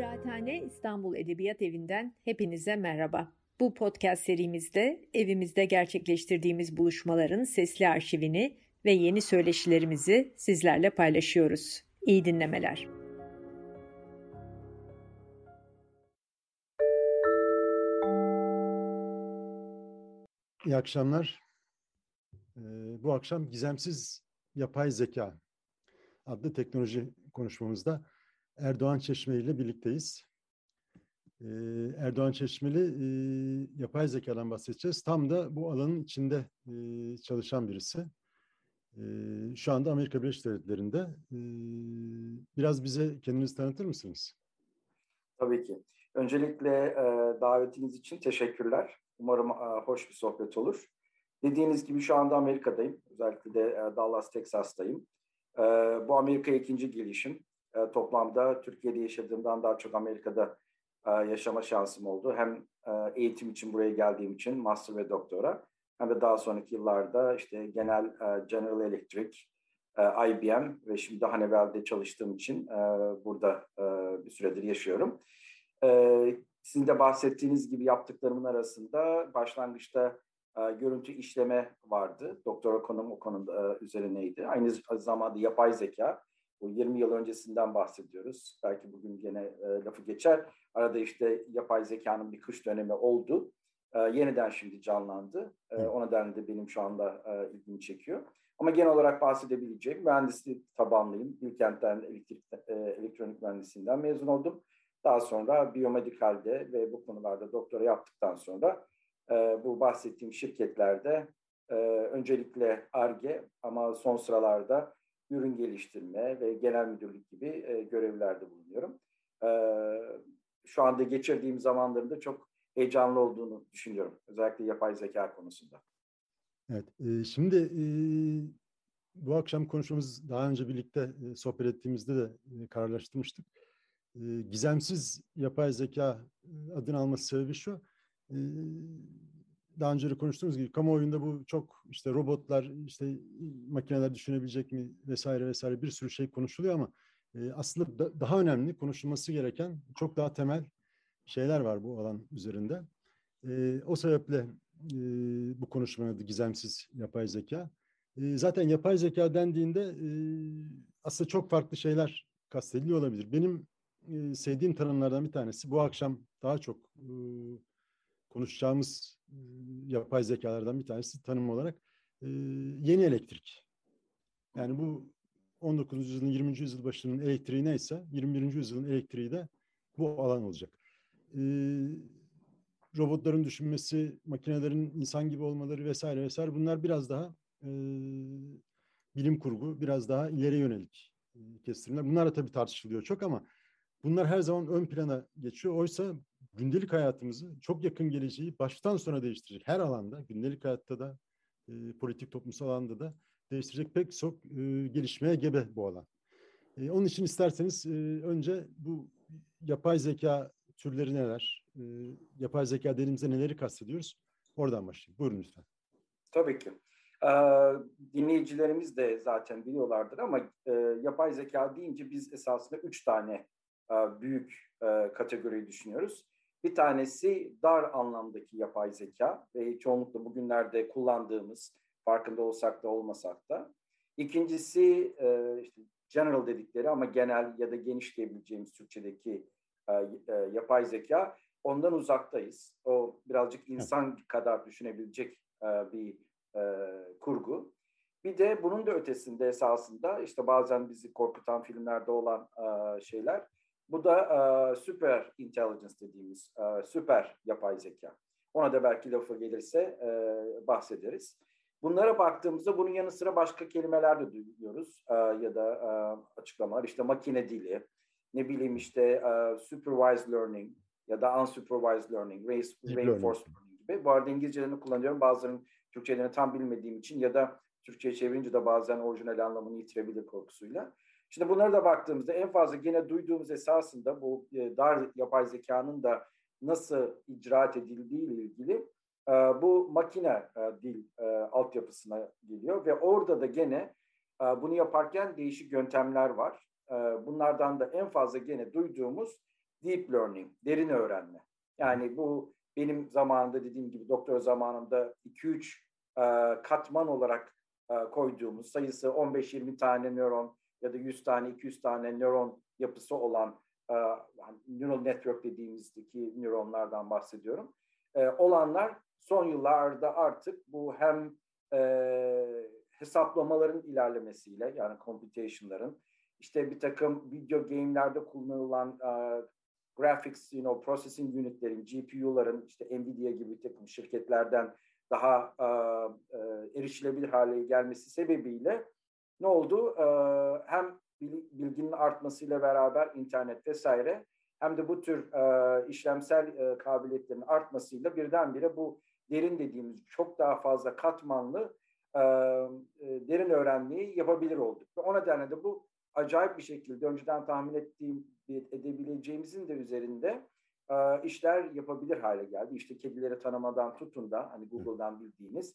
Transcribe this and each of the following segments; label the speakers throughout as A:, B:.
A: Kıraathane İstanbul Edebiyat Evi'nden hepinize merhaba. Bu podcast serimizde evimizde gerçekleştirdiğimiz buluşmaların sesli arşivini ve yeni söyleşilerimizi sizlerle paylaşıyoruz. İyi dinlemeler.
B: İyi akşamlar. Bu akşam gizemsiz yapay zeka adlı teknoloji konuşmamızda Erdoğan Çeşmeli ile birlikteyiz. Erdoğan Çeşmeli yapay zekadan bahsedeceğiz. Tam da bu alanın içinde çalışan birisi. Şu anda Amerika Birleşik Devletleri'nde. Biraz bize kendinizi tanıtır mısınız?
C: Tabii ki. Öncelikle davetiniz için teşekkürler. Umarım hoş bir sohbet olur. Dediğiniz gibi şu anda Amerika'dayım. Özellikle de Dallas, Texas'tayım. Bu Amerika'ya ikinci gelişim. Toplamda Türkiye'de yaşadığımdan daha çok Amerika'da yaşama şansım oldu. Hem eğitim için buraya geldiğim için master ve doktora, hem de daha sonraki yıllarda işte General Electric, IBM ve şimdi Honeywell'de çalıştığım için burada bir süredir yaşıyorum. Sizin de bahsettiğiniz gibi yaptıklarımın arasında başlangıçta görüntü işleme vardı. Doktora konum o konuda üzerineydi. Aynı zamanda yapay zeka. Bu 20 yıl öncesinden bahsediyoruz. Belki bugün gene lafı geçer. Arada işte yapay zekanın bir kış dönemi oldu. Yeniden şimdi canlandı. O nedenle de benim şu anda ilgimi çekiyor. Ama genel olarak bahsedebileceğim mühendislik tabanlıyım. Bilkent'ten elektronik mühendisliğinden mezun oldum. Daha sonra biyomedikalde ve bu konularda doktora yaptıktan sonra bu bahsettiğim şirketlerde öncelikle Ar-Ge ama son sıralarda ürün geliştirme ve genel müdürlük gibi görevlerde bulunuyorum. Şu anda geçirdiğim zamanlarında çok heyecanlı olduğunu düşünüyorum. Özellikle yapay zeka konusunda.
B: Evet, şimdi bu akşam konuşmamız daha önce birlikte sohbet ettiğimizde de kararlaştırmıştık. Gizemsiz yapay zeka adını alması sebebi şu. Daha önce de konuştuğumuz gibi kamuoyunda bu çok işte robotlar, işte makineler düşünebilecek mi vesaire vesaire bir sürü şey konuşuluyor ama aslında daha önemli konuşulması gereken çok daha temel şeyler var bu alan üzerinde. O sebeple bu konuşmanın adı gizemsiz yapay zeka. Zaten yapay zeka dendiğinde aslında çok farklı şeyler kastediliyor olabilir. Benim sevdiğim tanımlardan bir tanesi bu akşam daha çok konuşacağımız yapay zekalardan bir tanesi tanım olarak yeni elektrik. Yani bu 19. yüzyılın 20. yüzyıl başının elektriği neyse 21. yüzyılın elektriği de bu alan olacak. Robotların düşünmesi, makinelerin insan gibi olmaları vesaire vesaire bunlar biraz daha bilim kurgu, biraz daha ileri yönelik kestirimler. Bunlar da tabii tartışılıyor çok ama bunlar her zaman ön plana geçiyor. Oysa gündelik hayatımızı çok yakın geleceği baştan sona değiştirecek. Her alanda, gündelik hayatta da, politik toplumsal alanda da değiştirecek pek çok gelişmeye gebe bu alan. Onun için isterseniz önce bu yapay zeka türleri neler? Yapay zeka dediğimizde neleri kastediyoruz? Oradan başlayalım. Buyurun lütfen.
C: Tabii ki. Dinleyicilerimiz de zaten biliyorlardır ama yapay zeka deyince biz esasında 3 tane büyük kategoriyi düşünüyoruz. Bir tanesi dar anlamdaki yapay zeka ve çoğunlukla bugünlerde kullandığımız, farkında olsak da olmasak da. İkincisi işte general dedikleri ama genel ya da geniş diyebileceğimiz Türkçedeki yapay zeka. Ondan uzaktayız. O birazcık insan kadar düşünebilecek bir kurgu. Bir de bunun da ötesinde esasında işte bazen bizi korkutan filmlerde olan şeyler. Bu da super intelligence dediğimiz süper yapay zeka. Ona da belki lafı gelirse bahsederiz. Bunlara baktığımızda bunun yanı sıra başka kelimeler de duyuyoruz ya da açıklamalar. İşte makine dili, ne bileyim işte supervised learning ya da unsupervised learning, reinforced learning gibi. Bu arada İngilizcelerini kullanıyorum. Bazılarının Türkçelerini tam bilmediğim için ya da Türkçe'ye çevirince de bazen orijinal anlamını yitirebilir korkusuyla. Şimdi bunlara da baktığımızda en fazla gene duyduğumuz esasında bu dar yapay zekanın da nasıl icraat edildiği ile ilgili bu makine dil altyapısına geliyor ve orada da gene bunu yaparken değişik yöntemler var. Bunlardan da en fazla gene duyduğumuz deep learning, derin öğrenme. Yani bu benim zamanında dediğim gibi doktora zamanında 2-3 katman olarak koyduğumuz sayısı 15-20 tane nöron ya da 100 tane 200 tane nöron yapısı olan neural network dediğimizdeki nöronlardan bahsediyorum. Olanlar son yıllarda artık bu hem hesaplamaların ilerlemesiyle yani computation'ların işte bir takım video game'lerde kullanılan graphics, processing unitlerin, GPU'ların işte Nvidia gibi bir takım şirketlerden daha erişilebilir hale gelmesi sebebiyle ne oldu? Hem bilginin artmasıyla beraber internet vesaire hem de bu tür işlemsel kabiliyetlerin artmasıyla birdenbire bu derin dediğimiz çok daha fazla katmanlı derin öğrenmeyi yapabilir olduk. Ve o nedenle de bu acayip bir şekilde önceden tahmin edebileceğimizin de üzerinde işler yapabilir hale geldi. İşte kedileri tanımadan tutun da hani Google'dan bildiğiniz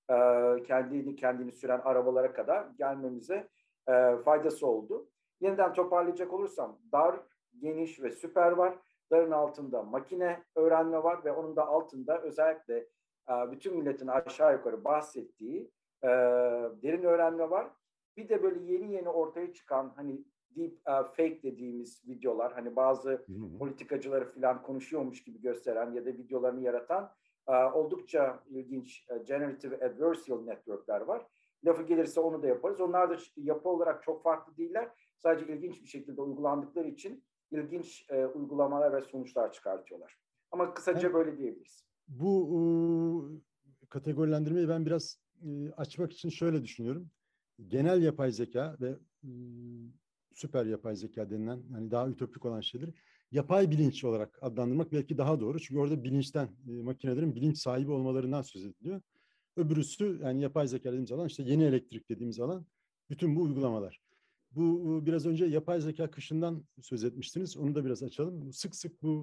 C: kendini süren arabalara kadar gelmemize faydası oldu. Yeniden toparlayacak olursam dar, geniş ve süper var. Darın altında makine öğrenme var ve onun da altında özellikle bütün milletin aşağı yukarı bahsettiği derin öğrenme var. Bir de böyle yeni ortaya çıkan hani deep fake dediğimiz videolar hani bazı politikacıları falan konuşuyormuş gibi gösteren ya da videolarını yaratan oldukça ilginç generative adversarial network'ler var. Lafı gelirse onu da yaparız. Onlar da yapı olarak çok farklı değiller. Sadece ilginç bir şekilde uygulandıkları için ilginç uygulamalar ve sonuçlar çıkartıyorlar. Ama kısaca böyle diyebiliriz.
B: Bu kategorilendirmeyi ben biraz açmak için şöyle düşünüyorum. Genel yapay zeka ve süper yapay zeka denilen hani daha ütopik olan şeyleri yapay bilinç olarak adlandırmak belki daha doğru. Çünkü orada bilinçten, makinelerin bilinç sahibi olmalarından söz ediliyor. Öbürüsü yani yapay zeka dediğimiz alan işte yeni elektrik dediğimiz alan bütün bu uygulamalar. Bu biraz önce yapay zeka kışından söz etmiştiniz. Onu da biraz açalım. Sık sık bu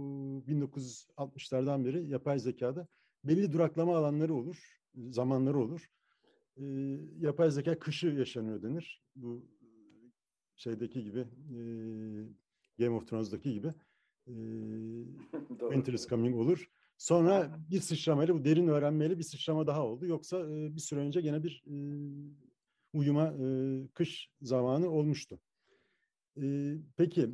B: 1960'lardan beri yapay zekada belli duraklama alanları olur, zamanları olur. Yapay zeka kışı yaşanıyor denir. Bu şeydeki gibi Game of Thrones'daki gibi Winter is Coming olur. Sonra bir sıçramayla bu derin öğrenmeyle bir sıçrama daha oldu. Yoksa bir süre önce gene bir uyuma kış zamanı olmuştu. Peki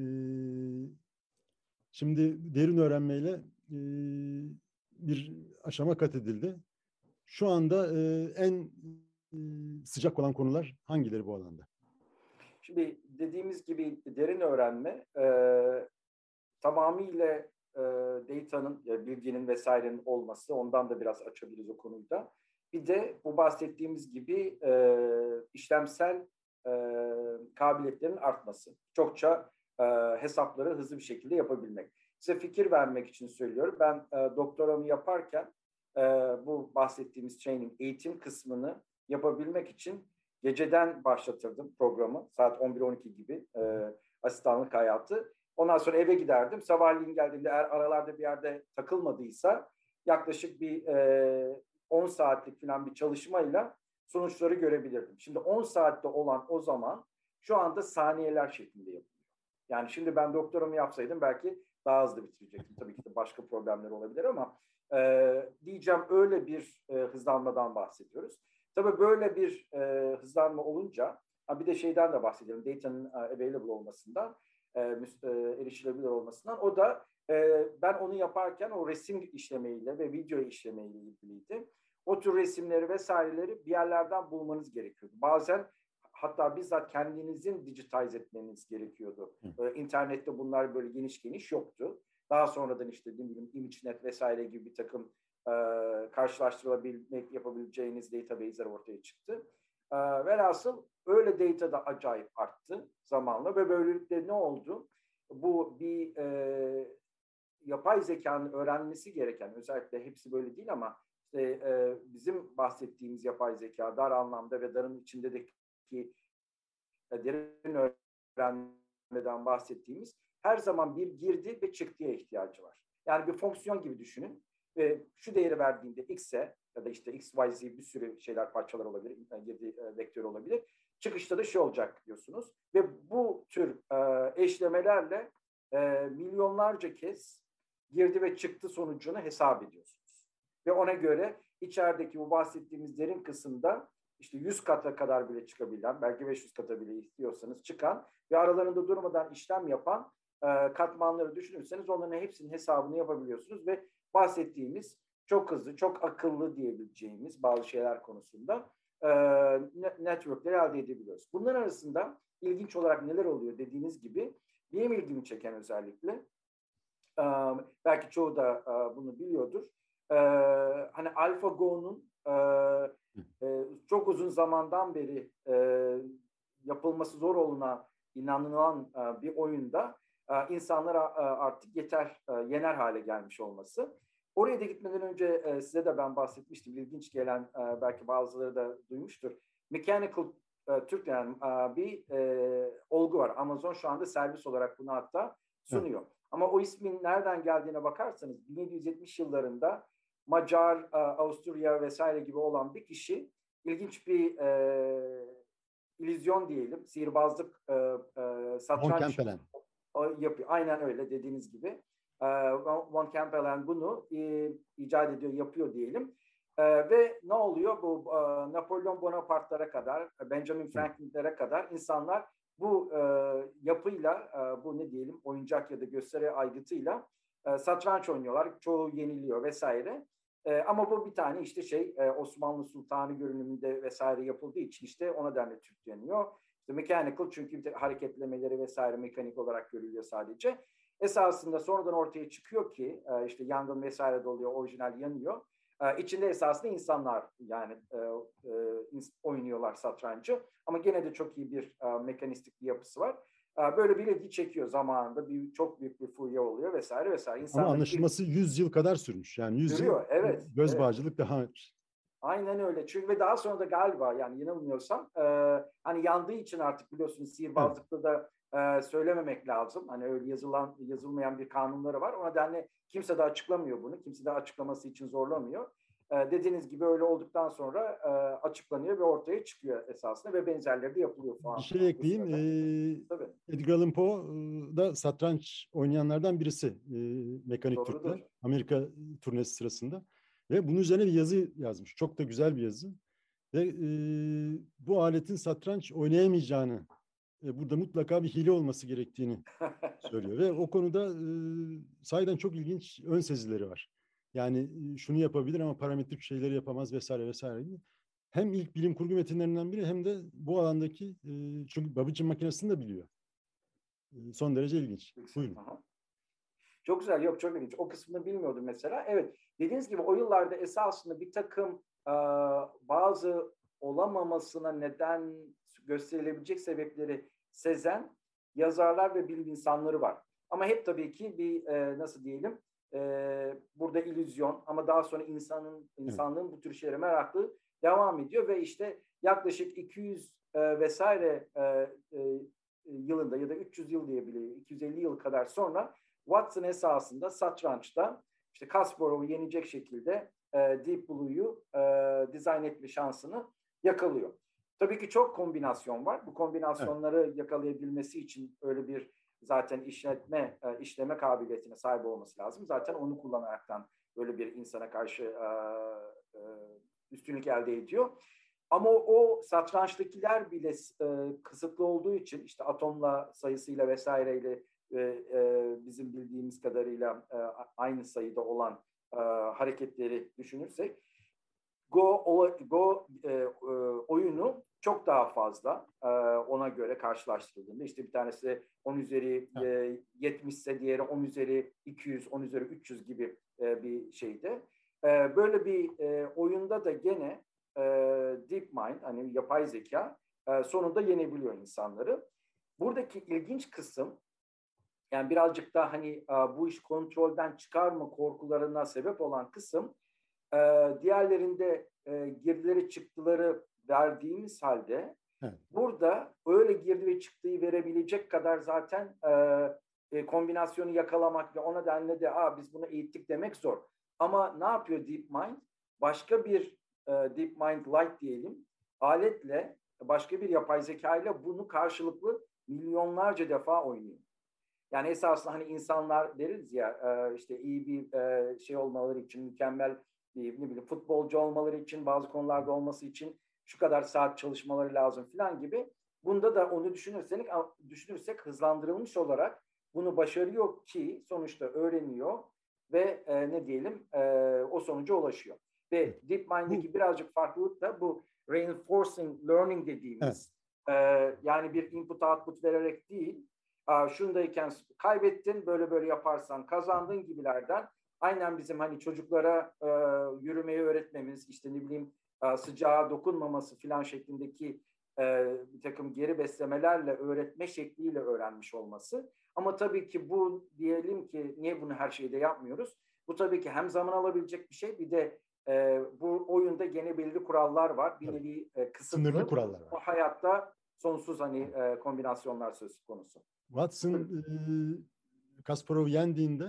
B: şimdi derin öğrenmeyle bir aşama kat edildi. Şu anda en sıcak olan konular hangileri bu alanda?
C: Şimdi dediğimiz gibi derin öğrenme tamamıyla data'nın, bilginin vesairenin olması, ondan da biraz açabiliriz o konuyu da. Bir de bu bahsettiğimiz gibi işlemsel kabiliyetlerin artması. Çokça hesapları hızlı bir şekilde yapabilmek. Size fikir vermek için söylüyorum. Ben doktoramı yaparken bu bahsettiğimiz training, eğitim kısmını yapabilmek için geceden başlatırdım programı. Saat 11-12 gibi asistanlık hayatı. Ondan sonra eve giderdim. Sabahleyin geldiğimde eğer aralarda bir yerde takılmadıysa yaklaşık bir 10 saatlik falan bir çalışmayla sonuçları görebilirdim. Şimdi 10 saatte olan o zaman şu anda saniyeler şeklinde yapılıyor. Yani şimdi ben doktoramı yapsaydım belki daha hızlı bitirecektim. Tabii ki de başka problemler olabilir ama diyeceğim öyle bir hızlanmadan bahsediyoruz. Tabii böyle bir hızlanma olunca bir de şeyden de bahsedelim. Data'nın available olmasından, erişilebilir olmasından. O da ben onu yaparken o resim işlemeyle ve video işlemeyle ilgiliydi. O tür resimleri vesaireleri bir yerlerden bulmanız gerekiyordu. Bazen hatta bizzat kendinizin digitize etmeniz gerekiyordu. İnternette bunlar böyle geniş yoktu. Daha sonradan işte ne bileyim ImageNet vesaire gibi bir takım karşılaştırılabilmek yapabileceğiniz database'ler ortaya çıktı. Velhasıl öyle data da acayip arttı zamanla ve böylelikle ne oldu? Bu bir yapay zekanın öğrenmesi gereken, özellikle hepsi böyle değil ama işte, bizim bahsettiğimiz yapay zeka dar anlamda ve darın içindeki derin öğrenmeden bahsettiğimiz her zaman bir girdi ve çıktıya ihtiyacı var. Yani bir fonksiyon gibi düşünün. Şu değeri verdiğinde x'e ya da işte x, y, z bir sürü şeyler, parçalar olabilir, girdi vektörü olabilir. Çıkışta da şu olacak diyorsunuz. Ve bu tür eşlemelerle milyonlarca kez girdi ve çıktı sonucunu hesap ediyorsunuz. Ve ona göre içerideki bu bahsettiğimiz derin kısımda işte 100 kata kadar bile çıkabilen, belki 500 kata bile istiyorsanız çıkan ve aralarında durmadan işlem yapan katmanları düşünürseniz onların hepsinin hesabını yapabiliyorsunuz ve bahsettiğimiz çok hızlı, çok akıllı diyebileceğimiz bazı şeyler konusunda networkleri elde edebiliyoruz. Bunların arasında ilginç olarak neler oluyor dediğiniz gibi benim ilgimi çeken özellikle belki çoğu da bunu biliyordur. Hani AlphaGo'nun çok uzun zamandan beri yapılması zor olduğuna inanılan bir oyunda insanlar artık yener hale gelmiş olması. Oraya da gitmeden önce size de ben bahsetmiştim. İlginç gelen belki bazıları da duymuştur. Mechanical Turk yani bir olgu var. Amazon şu anda servis olarak bunu hatta sunuyor. Evet. Ama o ismin nereden geldiğine bakarsanız 1770 yıllarında Macar, Avusturya vesaire gibi olan bir kişi ilginç bir illüzyon diyelim, sihirbazlık, satranç yapıyor. Aynen öyle dediğiniz gibi. Von Kempelen bunu icat ediyor, yapıyor diyelim. Ve ne oluyor? Bu Napolyon Bonaparte'lara kadar, Benjamin Franklin'lere kadar insanlar bu yapıyla, bu ne diyelim, oyuncak ya da gösteri aygıtıyla satranç oynuyorlar. Çoğu yeniliyor vesaire. Ama bu bir tane işte Osmanlı Sultanı görünümünde vesaire yapıldığı için işte o nedenle Türk deniyor. İşte mechanical çünkü hareketlemeleri vesaire mekanik olarak görülüyor sadece. Esasında sonradan ortaya çıkıyor ki işte yangın vesaire de oluyor, orijinal yanıyor. İçinde esasında insanlar yani oynuyorlar satrancı. Ama gene de çok iyi bir mekanistik bir yapısı var. Böyle bir ilgi çekiyor zamanında. Çok büyük bir furya oluyor vesaire vesaire.
B: Ama anlaşılması 100 yıl kadar sürmüş. Yani 100 yıl
C: evet,
B: göz bağcılık daha.
C: Aynen öyle. Çünkü ve daha sonra da galiba yani yanılmıyorsam hani yandığı için artık biliyorsunuz sihirbazlıkta da söylememek lazım. Hani öyle yazılmayan bir kanunları var. O nedenle kimse de açıklamıyor bunu. Kimse de açıklaması için zorlamıyor. Dediğiniz gibi öyle olduktan sonra açıklanıyor ve ortaya çıkıyor esasında ve benzerleri de yapılıyor falan.
B: Bir şey ekleyeyim. Edgar Allan Poe da satranç oynayanlardan birisi. Mekanik Türkler. Amerika turnesi sırasında. Ve bunun üzerine bir yazı yazmış. Çok da güzel bir yazı. Ve bu aletin satranç oynayamayacağını, burada mutlaka bir hile olması gerektiğini söylüyor. Ve o konuda sahiden çok ilginç ön sezileri var. Yani şunu yapabilir ama parametrik şeyleri yapamaz vesaire vesaire. Hem ilk bilim kurgu metinlerinden biri hem de bu alandaki çünkü Babbage makinesini de biliyor. Son derece ilginç. Buyurun.
C: Aha. Çok güzel, yok çok ilginç. O kısmını bilmiyordum mesela. Evet, dediğiniz gibi o yıllarda esasında bir takım bazı olamamasına neden gösterilebilecek sebepleri sezen yazarlar ve bilim insanları var. Ama hep tabii ki bir nasıl diyelim burada illüzyon ama daha sonra insanlığın bu tür şeylere meraklı devam ediyor ve işte yaklaşık 200 vesaire yılında ya da 300 yıl diyebiliyor, 250 yıl kadar sonra Watson esasında satrançta işte Kasparov'u yenecek şekilde Deep Blue'yu dizayn etme şansını yakalıyor. Tabii ki çok kombinasyon var. Bu kombinasyonları yakalayabilmesi için öyle bir zaten işleme kabiliyetine sahip olması lazım. Zaten onu kullanaraktan böyle bir insana karşı üstünlük elde ediyor. Ama o satrançtakiler bile kısıtlı olduğu için işte atomla sayısıyla vesaireyle bizim bildiğimiz kadarıyla aynı sayıda olan hareketleri düşünürsek Go oyunu çok daha fazla ona göre karşılaştırıldığında işte bir tanesi 10 üzeri 70 ise diğeri 10 üzeri 200, 10 üzeri 300 gibi bir şeydi. Böyle bir oyunda da gene DeepMind hani yapay zeka sonunda yenebiliyor insanları. Buradaki ilginç kısım yani birazcık da hani bu iş kontrolden çıkar mı korkularına sebep olan kısım diğerlerinde girdileri çıktıları verdiğimiz halde burada öyle girdi ve çıktığı verebilecek kadar zaten kombinasyonu yakalamak ve o nedenle de biz bunu eğittik demek zor. Ama ne yapıyor DeepMind? Başka bir DeepMind Lite diyelim aletle başka bir yapay zeka ile bunu karşılıklı milyonlarca defa oynuyor. Yani esasında hani insanlar deriz ya işte iyi bir şey olmaları için, mükemmel bir ne bileyim futbolcu olmaları için, bazı konularda olması için şu kadar saat çalışmaları lazım falan gibi. Bunda da onu düşünürsek hızlandırılmış olarak bunu başarıyor ki sonuçta öğreniyor ve ne diyelim o sonuca ulaşıyor. Ve DeepMind'deki birazcık farklılık da bu reinforcing learning dediğimiz yani bir input output vererek değil, şundayken kaybettin, böyle böyle yaparsan kazandın gibilerden. Aynen bizim hani çocuklara yürümeyi öğretmemiz, işte ne bileyim sıcağa dokunmaması falan şeklindeki bir takım geri beslemelerle öğretme şekliyle öğrenmiş olması. Ama tabii ki bu diyelim ki niye bunu her şeyde yapmıyoruz? Bu tabii ki hem zaman alabilecek bir şey, bir de bu oyunda gene belirli kurallar var. Bir nevi kısıtlı.
B: Sınırlı kurallar var.
C: O hayatta sonsuz hani kombinasyonlar söz konusu.
B: Watson Kasparov'u yendiğinde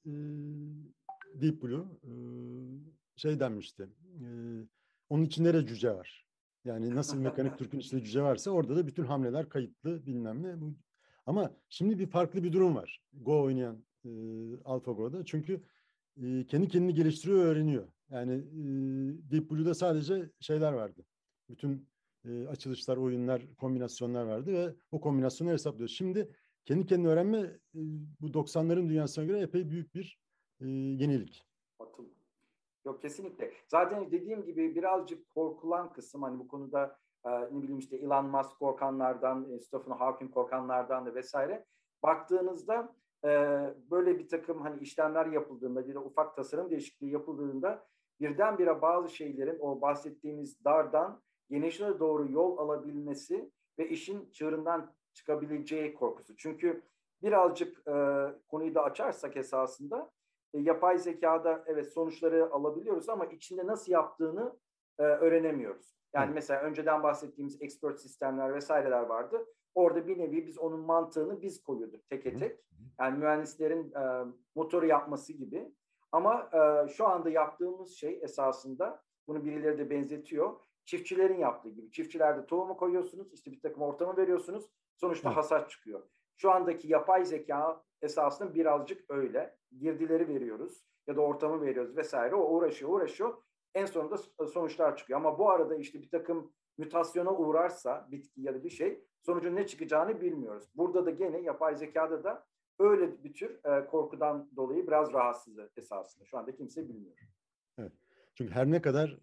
B: Deep Blue şey denmişti. Onun içinde de cüce var. Yani nasıl mekanik Türk'ün içinde cüce varsa orada da bütün hamleler kayıtlı bilmem ne. Ama şimdi bir farklı bir durum var. Go oynayan AlphaGo'da. Çünkü kendi kendini geliştiriyor, öğreniyor. Yani Deep Blue'da sadece şeyler vardı. Bütün açılışlar, oyunlar, kombinasyonlar vardı ve o kombinasyonları hesaplıyor. Şimdi kendi kendine öğrenme bu 90'ların dünyasına göre epey büyük bir yenilik.
C: Yok kesinlikle. Zaten dediğim gibi birazcık korkulan kısım hani bu konuda ne bileyim işte Elon Musk korkanlardan, Stephen Hawking korkanlardan da vesaire baktığınızda böyle bir takım hani işlemler yapıldığında bir de ufak tasarım değişikliği yapıldığında birdenbire bazı şeylerin o bahsettiğimiz dardan genişine doğru yol alabilmesi ve işin çığırından çıkabileceği korkusu. Çünkü birazcık konuyu da açarsak esasında yapay zekada evet sonuçları alabiliyoruz ama içinde nasıl yaptığını öğrenemiyoruz. Yani mesela önceden bahsettiğimiz expert sistemler vesaireler vardı. Orada bir nevi biz onun mantığını biz koyuyorduk teke tek. Yani mühendislerin motoru yapması gibi. Ama şu anda yaptığımız şey esasında bunu birileri de benzetiyor. Çiftçilerin yaptığı gibi. Çiftçilerde tohumu koyuyorsunuz, işte bir takım ortamı veriyorsunuz. Sonuçta hasat çıkıyor. Şu andaki yapay zeka esasında birazcık öyle. Girdileri veriyoruz ya da ortamı veriyoruz vesaire. O uğraşıyor. En sonunda sonuçlar çıkıyor. Ama bu arada işte bir takım mutasyona uğrarsa bitki ya da bir şey sonucun ne çıkacağını bilmiyoruz. Burada da gene yapay zekada da öyle bir tür korkudan dolayı biraz rahatsız esasında. Şu anda kimse bilmiyor.
B: Evet. Çünkü her ne kadar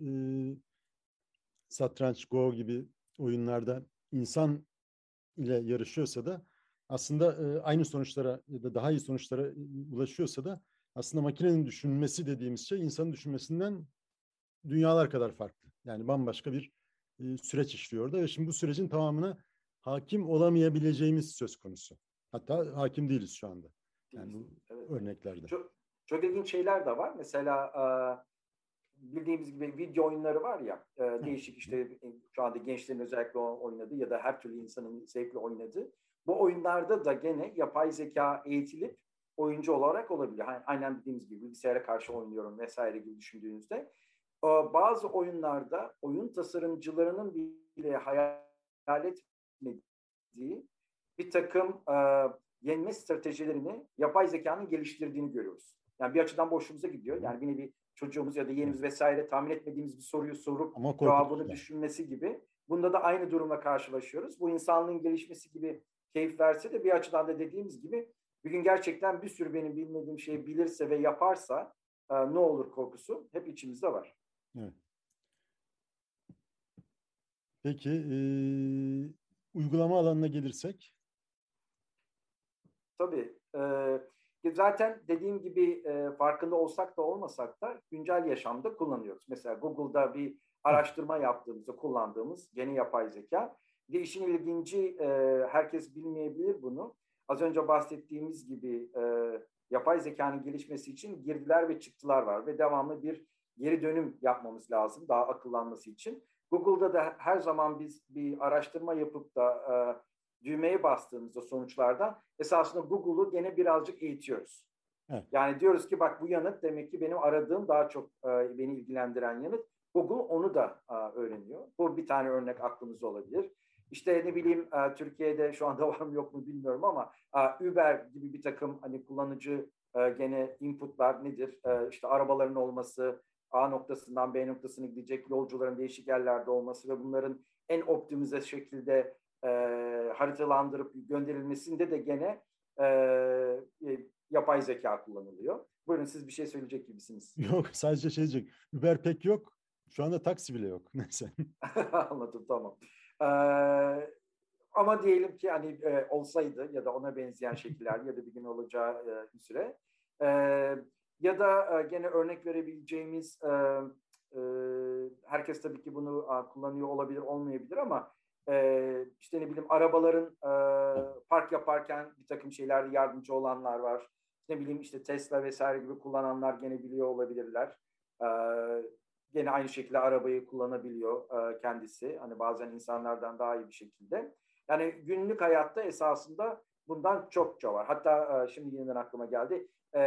B: satranç, Go gibi oyunlarda insan ile yarışıyorsa da aslında aynı sonuçlara ya da daha iyi sonuçlara ulaşıyorsa da aslında makinenin düşünmesi dediğimiz şey insanın düşünmesinden dünyalar kadar farklı. Yani bambaşka bir süreç işliyor orada ve şimdi bu sürecin tamamına hakim olamayabileceğimiz söz konusu. Hatta hakim değiliz şu anda. Yani bu örneklerde.
C: Çok ilginç şeyler de var. Mesela bildiğimiz gibi video oyunları var ya değişik işte şu anda gençlerin özellikle oynadığı ya da her türlü insanın zevkle oynadığı. Bu oyunlarda da gene yapay zeka eğitilip oyuncu olarak olabilir. Aynen dediğimiz gibi bilgisayara karşı oynuyorum vesaire gibi düşündüğünüzde. Bazı oyunlarda oyun tasarımcılarının bile hayal etmediği bir takım yenme stratejilerini yapay zekanın geliştirdiğini görüyoruz. Yani bir açıdan boşluğumuza gidiyor. Yani bir nevi çocuğumuz ya da yeğenimiz vesaire tahmin etmediğimiz bir soruyu sorup cevabını düşünmesi gibi. Bunda da aynı durumla karşılaşıyoruz. Bu insanlığın gelişmesi gibi keyif verse de bir açıdan da dediğimiz gibi bir gün gerçekten bir sürü benim bilmediğim şeyi bilirse ve yaparsa ne olur korkusu hep içimizde var.
B: Evet. Peki uygulama alanına gelirsek?
C: Tabii. Zaten dediğim gibi farkında olsak da olmasak da güncel yaşamda kullanıyoruz. Mesela Google'da bir araştırma yaptığımızda kullandığımız gene yapay zeka. Bir de işin ilginci herkes bilmeyebilir bunu. Az önce bahsettiğimiz gibi yapay zekanın gelişmesi için girdiler ve çıktılar var ve devamlı bir geri dönüm yapmamız lazım daha akıllanması için. Google'da da her zaman biz bir araştırma yapıp da düğmeye bastığımızda sonuçlardan esasında Google'u gene birazcık eğitiyoruz. Evet. Yani diyoruz ki bak bu yanıt demek ki benim aradığım daha çok beni ilgilendiren yanıt. Google onu da öğreniyor. Bu bir tane örnek aklımızda olabilir. İşte ne bileyim Türkiye'de şu anda var mı yok mu bilmiyorum ama Uber gibi bir takım hani kullanıcı gene inputlar nedir? İşte arabaların olması, A noktasından B noktasına gidecek yolcuların değişik yerlerde olması ve bunların en optimize şekilde haritalandırıp gönderilmesinde de gene yapay zeka kullanılıyor. Buyurun siz bir şey söyleyecek gibisiniz.
B: Yok, sadece şey diyecek. Uber pek yok. Şu anda taksi bile yok. Neyse.
C: Anladım, tamam. Ama diyelim ki hani olsaydı ya da ona benzeyen şekiller ya da bir gün olacağı bir süre. Ya da gene örnek verebileceğimiz herkes tabii ki bunu kullanıyor olabilir, olmayabilir ama işte ne bileyim arabaların park yaparken bir takım şeylerde yardımcı olanlar var. Ne bileyim işte Tesla vesaire gibi kullananlar gene biliyor olabilirler. Gene aynı şekilde arabayı kullanabiliyor kendisi. Hani bazen insanlardan daha iyi bir şekilde. Yani günlük hayatta esasında bundan çokça var. Hatta şimdi yeniden aklıma geldi.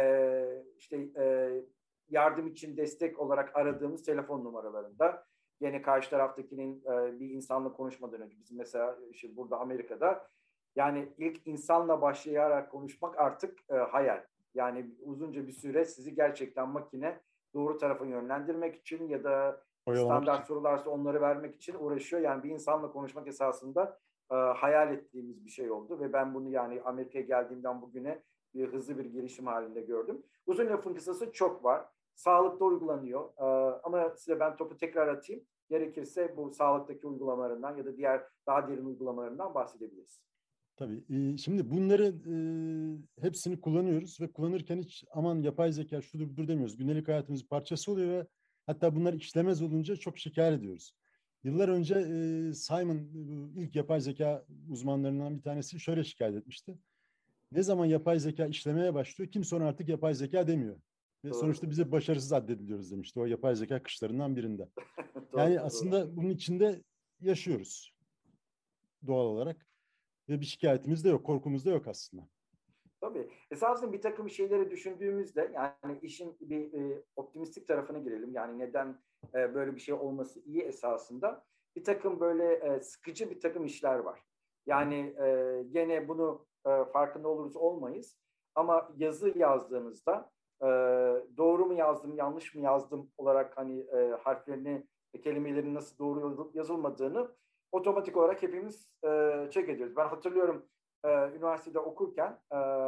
C: İşte yardım için destek olarak aradığımız telefon numaralarında yine karşı taraftakinin bir insanla konuşmadan önce bizim mesela işte burada Amerika'da yani ilk insanla başlayarak konuşmak artık hayal. Yani uzunca bir süre sizi gerçekten makine doğru tarafa yönlendirmek için ya da
B: Oyalamak
C: standart
B: için.
C: sorularsa onları vermek için uğraşıyor. Yani bir insanla konuşmak esasında hayal ettiğimiz bir şey oldu ve ben bunu yani Amerika'ya geldiğimden bugüne hızlı bir gelişim halinde gördüm. Uzun lafın kısası çok var. Sağlıkta uygulanıyor. Ama size ben topu tekrar atayım. Gerekirse bu sağlıktaki uygulamalarından ya da diğer daha derin uygulamalarından bahsedebiliriz.
B: Tabii. Şimdi bunları hepsini kullanıyoruz ve kullanırken hiç aman yapay zeka şudur budur demiyoruz. Gündelik hayatımızın parçası oluyor ve hatta bunlar işlemez olunca çok şikayet ediyoruz. Yıllar önce Simon ilk yapay zeka uzmanlarından bir tanesi şöyle şikayet etmişti. Ne zaman yapay zeka işlemeye başlıyor kimse ona artık yapay zeka demiyor. Ve sonuçta
C: Doğru.
B: bize başarısız addediliyoruz demişti o yapay zeka kışlarından birinde. Yani
C: Doğru, doğru.
B: aslında bunun içinde yaşıyoruz doğal olarak. Ve bir şikayetimiz de yok, korkumuz da yok aslında.
C: Tabii. Esasında bir takım şeyleri düşündüğümüzde yani işin bir optimistik tarafına girelim. Yani neden böyle bir şey olması iyi esasında. Bir takım böyle sıkıcı bir takım işler var. Yani gene bunu farkında oluruz olmayız. Ama yazı yazdığınızda doğru mu yazdım, yanlış mı yazdım olarak hani harflerini, kelimelerin nasıl doğru yazılmadığını otomatik olarak hepimiz check ediyoruz. Ben hatırlıyorum üniversitede okurken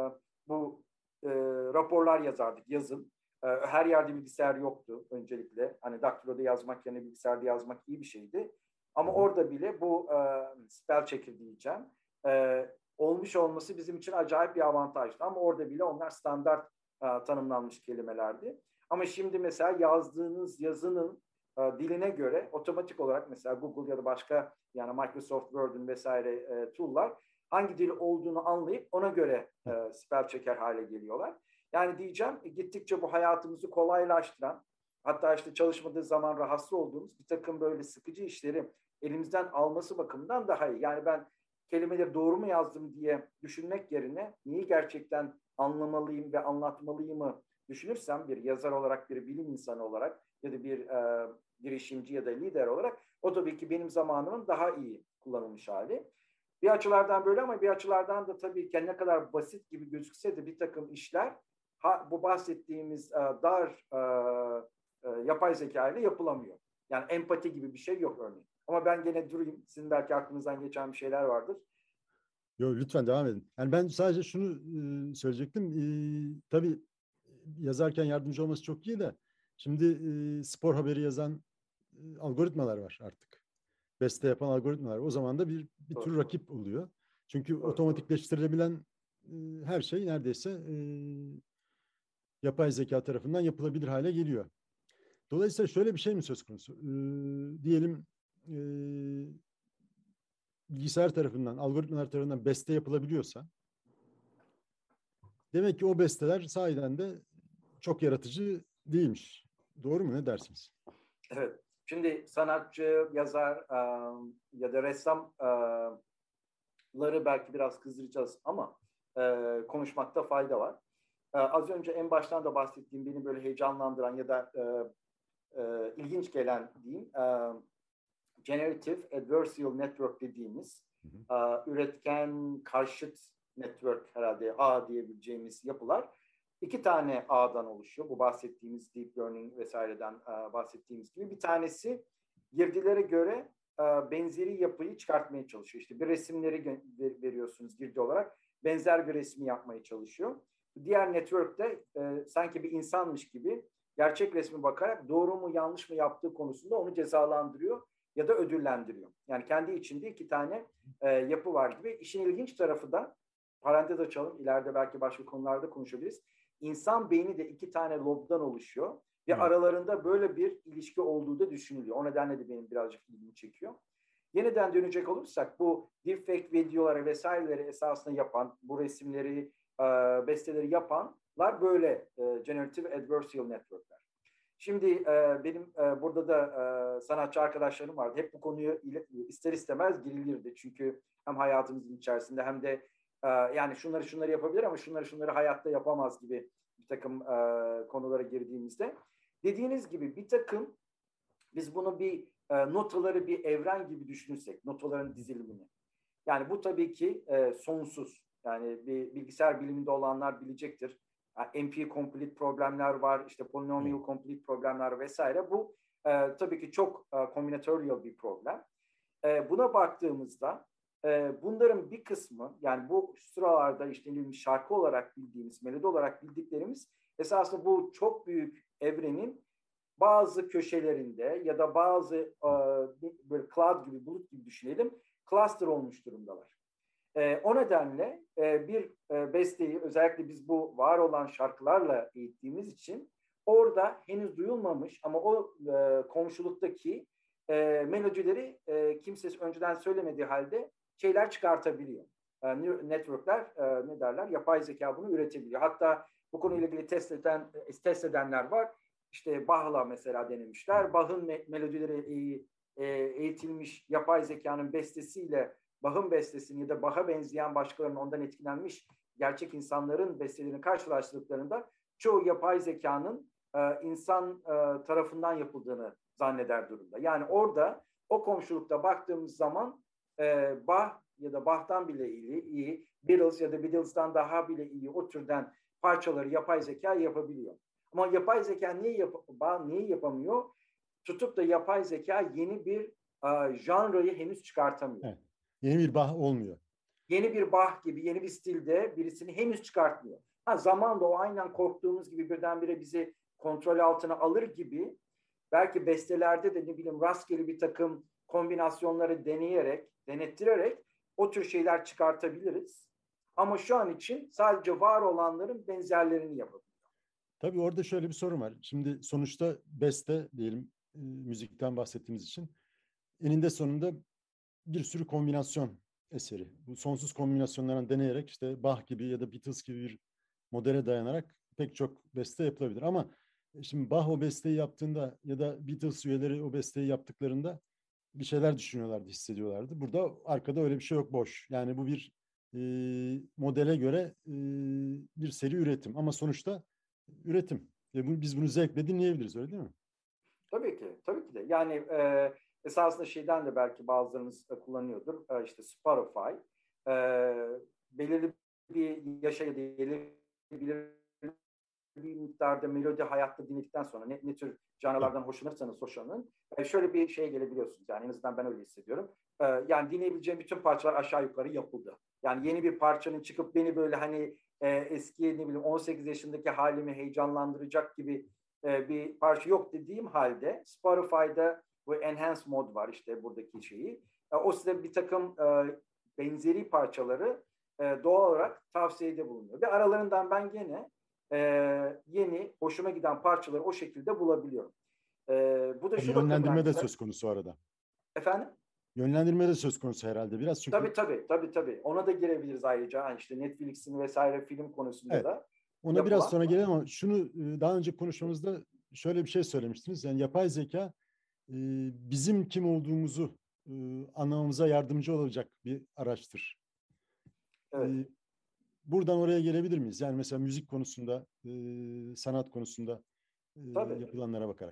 C: bu raporlar yazardık yazın. Her yerde bilgisayar yoktu öncelikle. Hani daktiloda yazmak yerine bilgisayarda yazmak iyi bir şeydi. Ama orada bile bu spell checker diyeceğim. Olmuş olması bizim için acayip bir avantajdı. Ama orada bile onlar standart tanımlanmış kelimelerdi. Ama şimdi mesela yazdığınız yazının diline göre otomatik olarak mesela Google ya da başka yani Microsoft Word'ün vesaire tool'lar hangi dil olduğunu anlayıp ona göre spell checker hale geliyorlar. Yani diyeceğim gittikçe bu hayatımızı kolaylaştıran hatta işte çalışmadığı zaman rahatsız olduğumuz bir takım böyle sıkıcı işleri elimizden alması bakımından daha iyi. Yani ben kelimeleri doğru mu yazdım diye düşünmek yerine neyi gerçekten anlamalıyım ve anlatmalıyımı düşünürsem bir yazar olarak, bir bilim insanı olarak ya da bir girişimci ya da lider olarak o tabii ki benim zamanımın daha iyi kullanılmış hali. Bir açılardan böyle ama bir açılardan da tabii ki ne kadar basit gibi gözükse de bir takım işler bu bahsettiğimiz dar yapay zeka ile yapılamıyor. Yani empati gibi bir şey yok örneğin. Ama ben gene durayım. Sizin belki aklınızdan geçen bir şeyler vardır.
B: Yok lütfen devam edin. Yani ben sadece şunu söyleyecektim. Tabii yazarken yardımcı olması çok iyi de şimdi spor haberi yazan algoritmalar var artık. Beste yapan algoritmalar. O zaman da bir tür
C: Doğru,
B: rakip oluyor. Çünkü
C: doğru, doğru.
B: otomatikleştirilebilen her şey neredeyse yapay zeka tarafından yapılabilir hale geliyor. Dolayısıyla şöyle bir şey mi söz konusu? Diyelim bilgisayar tarafından, algoritmalar tarafından beste yapılabiliyorsa demek ki o besteler sahiden de çok yaratıcı değilmiş. Doğru mu? Ne dersiniz?
C: Evet. Şimdi sanatçı, yazar ya da ressamları belki biraz kızdıracağız ama konuşmakta fayda var. Az önce en baştan da bahsettiğim beni böyle heyecanlandıran ya da ilginç gelen diyeyim Generative Adversarial Network dediğimiz üretken, karşıt network herhalde ağ diyebileceğimiz yapılar 2 tane ağdan oluşuyor. Bu bahsettiğimiz deep learning vesaireden bahsettiğimiz gibi. Bir tanesi girdilere göre benzeri yapıyı çıkartmaya çalışıyor. İşte bir resimleri veriyorsunuz girdi olarak. Benzer bir resmi yapmaya çalışıyor. Diğer network'te sanki bir insanmış gibi gerçek resmi bakarak doğru mu yanlış mı yaptığı konusunda onu cezalandırıyor ya da ödüllendiriyor. Yani kendi içinde 2 tane yapı var gibi. İşin ilginç tarafı da parantez açalım. İleride belki başka konularda konuşabiliriz. İnsan beyni de 2 tane lobdan oluşuyor ve aralarında böyle bir ilişki olduğu da düşünülüyor. O nedenle de benim birazcık ilgimi çekiyor. Yeniden dönecek olursak bu deepfake videoları vesaireleri esasında yapan, bu resimleri, besteleri yapanlar böyle Generative Adversarial Network'ler. Şimdi benim burada da sanatçı arkadaşlarım vardı. Hep bu konuyu ister istemez girilirdi. Çünkü hem hayatımızın içerisinde hem de yani şunları yapabilir ama şunları hayatta yapamaz gibi bir takım konulara girdiğimizde. Dediğiniz gibi bir takım biz bunu bir notaları bir evren gibi düşünürsek, notaların dizilimini. Yani bu tabii ki sonsuz. Yani bir bilgisayar biliminde olanlar bilecektir. Yani NP complete problemler var, işte polynomial complete problemler vesaire. Bu tabii ki çok combinatorial bir problem. Buna baktığımızda bunların bir kısmı, yani bu sıralarda işte şarkı olarak bildiğimiz, melodi olarak bildiklerimiz esasında bu çok büyük evrenin bazı köşelerinde ya da bazı böyle cloud gibi, bulut gibi düşünelim, cluster olmuş durumdalar. O nedenle bir besteyi özellikle biz bu var olan şarkılarla eğittiğimiz için orada henüz duyulmamış ama o komşuluktaki melodileri kimse önceden söylemediği halde şeyler çıkartabiliyor. Networkler ne derler? Yapay zeka bunu üretebiliyor. Hatta bu konuyla ilgili test edenler var. İşte Bach'la mesela denemişler. Bach'ın melodileri eğitilmiş yapay zekanın bestesiyle Bach'ın bestesini ya da Bach'a benzeyen başkalarının ondan etkilenmiş gerçek insanların bestelerini karşılaştırdıklarında çoğu yapay zekanın insan tarafından yapıldığını zanneder durumda. Yani orada o komşulukta baktığımız zaman Bach ya da Bach'tan bile iyi, Beatles ya da Beatles'tan daha bile iyi o türden parçaları yapay zeka yapabiliyor. Ama yapay zeka niye yapamıyor? Tutup da yapay zeka yeni bir janrayı henüz çıkartamıyor.
B: Evet. Yeni bir Bach olmuyor.
C: Yeni bir Bach gibi, yeni bir stilde birisini henüz çıkartmıyor. Zamanla o aynen korktuğumuz gibi birdenbire bizi kontrol altına alır gibi belki bestelerde de ne bileyim rastgele bir takım kombinasyonları denettirerek o tür şeyler çıkartabiliriz. Ama şu an için sadece var olanların benzerlerini yapabilir.
B: Tabii orada şöyle bir sorun var. Şimdi sonuçta beste diyelim müzikten bahsettiğimiz için eninde sonunda bir sürü kombinasyon eseri. Bu sonsuz kombinasyonlarını deneyerek işte Bach gibi ya da Beatles gibi bir modele dayanarak pek çok beste yapılabilir. Ama şimdi Bach o besteyi yaptığında ya da Beatles üyeleri o besteyi yaptıklarında bir şeyler düşünüyorlardı, hissediyorlardı. Burada arkada öyle bir şey yok, boş. Yani bu bir modele göre bir seri üretim. Ama sonuçta üretim. Biz bunu zevkle dinleyebiliriz, öyle değil mi?
C: Tabii ki, tabii ki de. Yani esasında şeyden de belki bazılarınız kullanıyordur. İşte Spotify belirli bir yaşa ya da belirli bir miktarda melodi hayatta dinledikten sonra ne tür canlılardan hoşlanırsanız hoşlanın. Şöyle bir şeye gelebiliyorsunuz. Yani en azından ben öyle hissediyorum. Yani dinleyebileceğim bütün parçalar aşağı yukarı yapıldı. Yani yeni bir parçanın çıkıp beni böyle hani eski ne bileyim 18 yaşındaki halimi heyecanlandıracak gibi bir parça yok dediğim halde Spotify'da bu enhance mod var işte buradaki şeyi. O size bir takım benzeri parçaları doğal olarak tavsiyede bulunuyor. Ve aralarından ben gene yeni, hoşuma giden parçaları o şekilde bulabiliyorum. Bu da şu bakımdan
B: Yönlendirme de
C: güzel.
B: söz konusu arada.
C: Efendim?
B: Yönlendirme de söz konusu herhalde biraz çünkü.
C: Tabii. Ona da girebiliriz ayrıca. Yani işte Netflix'in vesaire film konusunda
B: Evet.
C: da
B: Ona biraz sonra gelelim ama şunu daha önce konuşmamızda şöyle bir şey söylemiştiniz. Yani yapay zeka bizim kim olduğumuzu anlamamıza yardımcı olacak bir araçtır.
C: Evet.
B: Buradan oraya gelebilir miyiz? Yani mesela müzik konusunda, sanat konusunda
C: Tabii.
B: yapılanlara bakarak.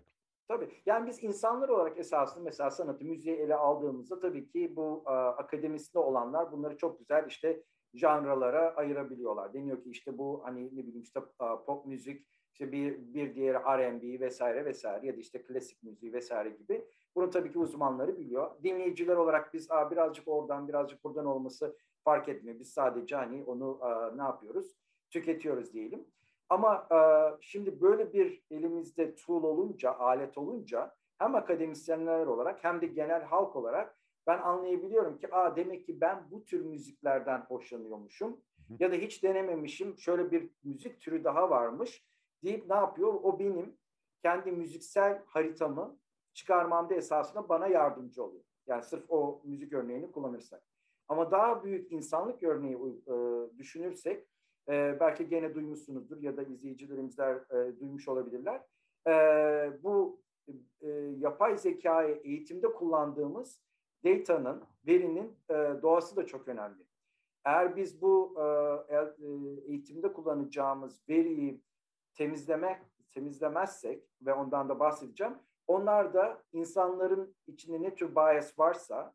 C: Tabii. Yani biz insanlar olarak esasında mesela sanatı, müziği ele aldığımızda tabii ki bu akademisinde olanlar bunları çok güzel işte janralara ayırabiliyorlar. Deniyor ki işte bu hani ne bileyim işte pop müzik, işte bir diğeri R&B vesaire vesaire ya da işte klasik müziği vesaire gibi. Bunu tabii ki uzmanları biliyor. Dinleyiciler olarak biz birazcık oradan birazcık buradan olması fark etmiyor. Biz sadece hani onu ne yapıyoruz? Tüketiyoruz diyelim. Ama şimdi böyle bir elimizde tool olunca, alet olunca hem akademisyenler olarak hem de genel halk olarak ben anlayabiliyorum ki demek ki ben bu tür müziklerden hoşlanıyormuşum ya da hiç denememişim, şöyle bir müzik türü daha varmış deyip ne yapıyor? O benim kendi müziksel haritamı çıkarmamda esasında bana yardımcı oluyor. Yani sırf o müzik örneğini kullanırsak. Ama daha büyük insanlık örneği düşünürsek belki gene duymuşsunuzdur ya da izleyicilerimizler duymuş olabilirler. Bu yapay zekayı eğitimde kullandığımız datanın, verinin doğası da çok önemli. Eğer biz bu eğitimde kullanacağımız veriyi temizlemezsek ve ondan da bahsedeceğim, onlar da insanların içinde ne tür bias varsa,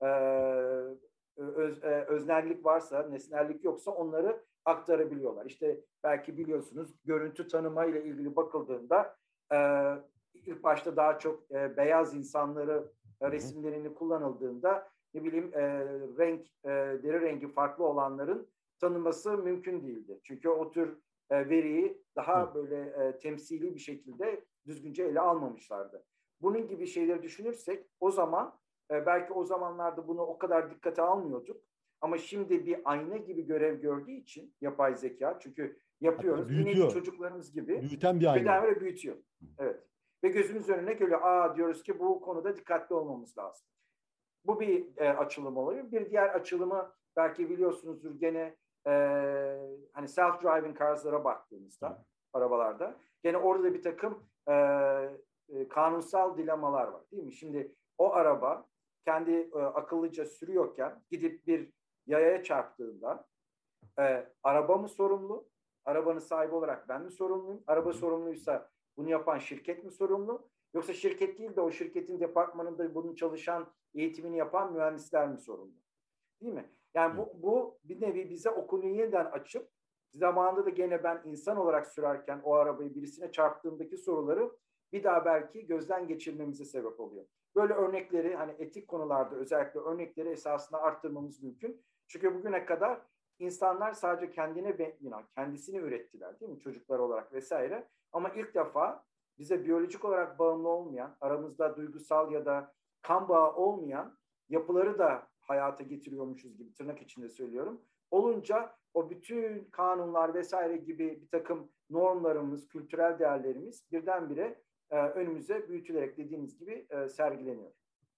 C: öznellik varsa, nesnellik yoksa onları aktarabiliyorlar. İşte belki biliyorsunuz görüntü tanıma ile ilgili bakıldığında ilk başta daha çok beyaz insanları resimlerini kullanıldığında ne bileyim deri rengi farklı olanların tanınması mümkün değildi. Çünkü o tür veriyi daha böyle temsili bir şekilde düzgünce ele almamışlardı. Bunun gibi şeyleri düşünürsek o zaman belki o zamanlarda bunu o kadar dikkate almıyorduk. Ama şimdi bir ayna gibi görev gördüğü için yapay zeka, çünkü yapıyoruz. Yine çocuklarımız gibi.
B: Büyüten bir ayna.
C: Birdenbire büyütüyor. Evet. Ve gözümüz önüne geliyor. Diyoruz ki bu konuda dikkatli olmamız lazım. Bu bir açılım oluyor. Bir diğer açılımı belki biliyorsunuzdur gene hani self-driving cars'lara baktığımızda arabalarda gene orada da bir takım kanunsal dilemalar var değil mi? Şimdi o araba kendi akıllıca sürüyorken gidip bir yayaya çarptığında araba mı sorumlu? Arabanın sahibi olarak ben mi sorumluyum? Araba sorumluysa bunu yapan şirket mi sorumlu? Yoksa şirket değil de o şirketin departmanında bunun çalışan, eğitimini yapan mühendisler mi sorumlu? Değil mi? Yani bu bir nevi bize o konuyu yeniden açıp zamanında da gene ben insan olarak sürerken o arabayı birisine çarptığımdaki soruları bir daha belki gözden geçirmemize sebep oluyor. Böyle örnekleri hani etik konularda özellikle örnekleri esasında arttırmamız mümkün. Çünkü bugüne kadar insanlar sadece kendisini ürettiler değil mi? Çocuklar olarak vesaire. Ama ilk defa bize biyolojik olarak bağımlı olmayan, aramızda duygusal ya da kan bağı olmayan yapıları da hayata getiriyormuşuz gibi tırnak içinde söylüyorum. Olunca o bütün kanunlar vesaire gibi bir takım normlarımız, kültürel değerlerimiz birdenbire önümüze büyütülerek dediğiniz gibi sergileniyor.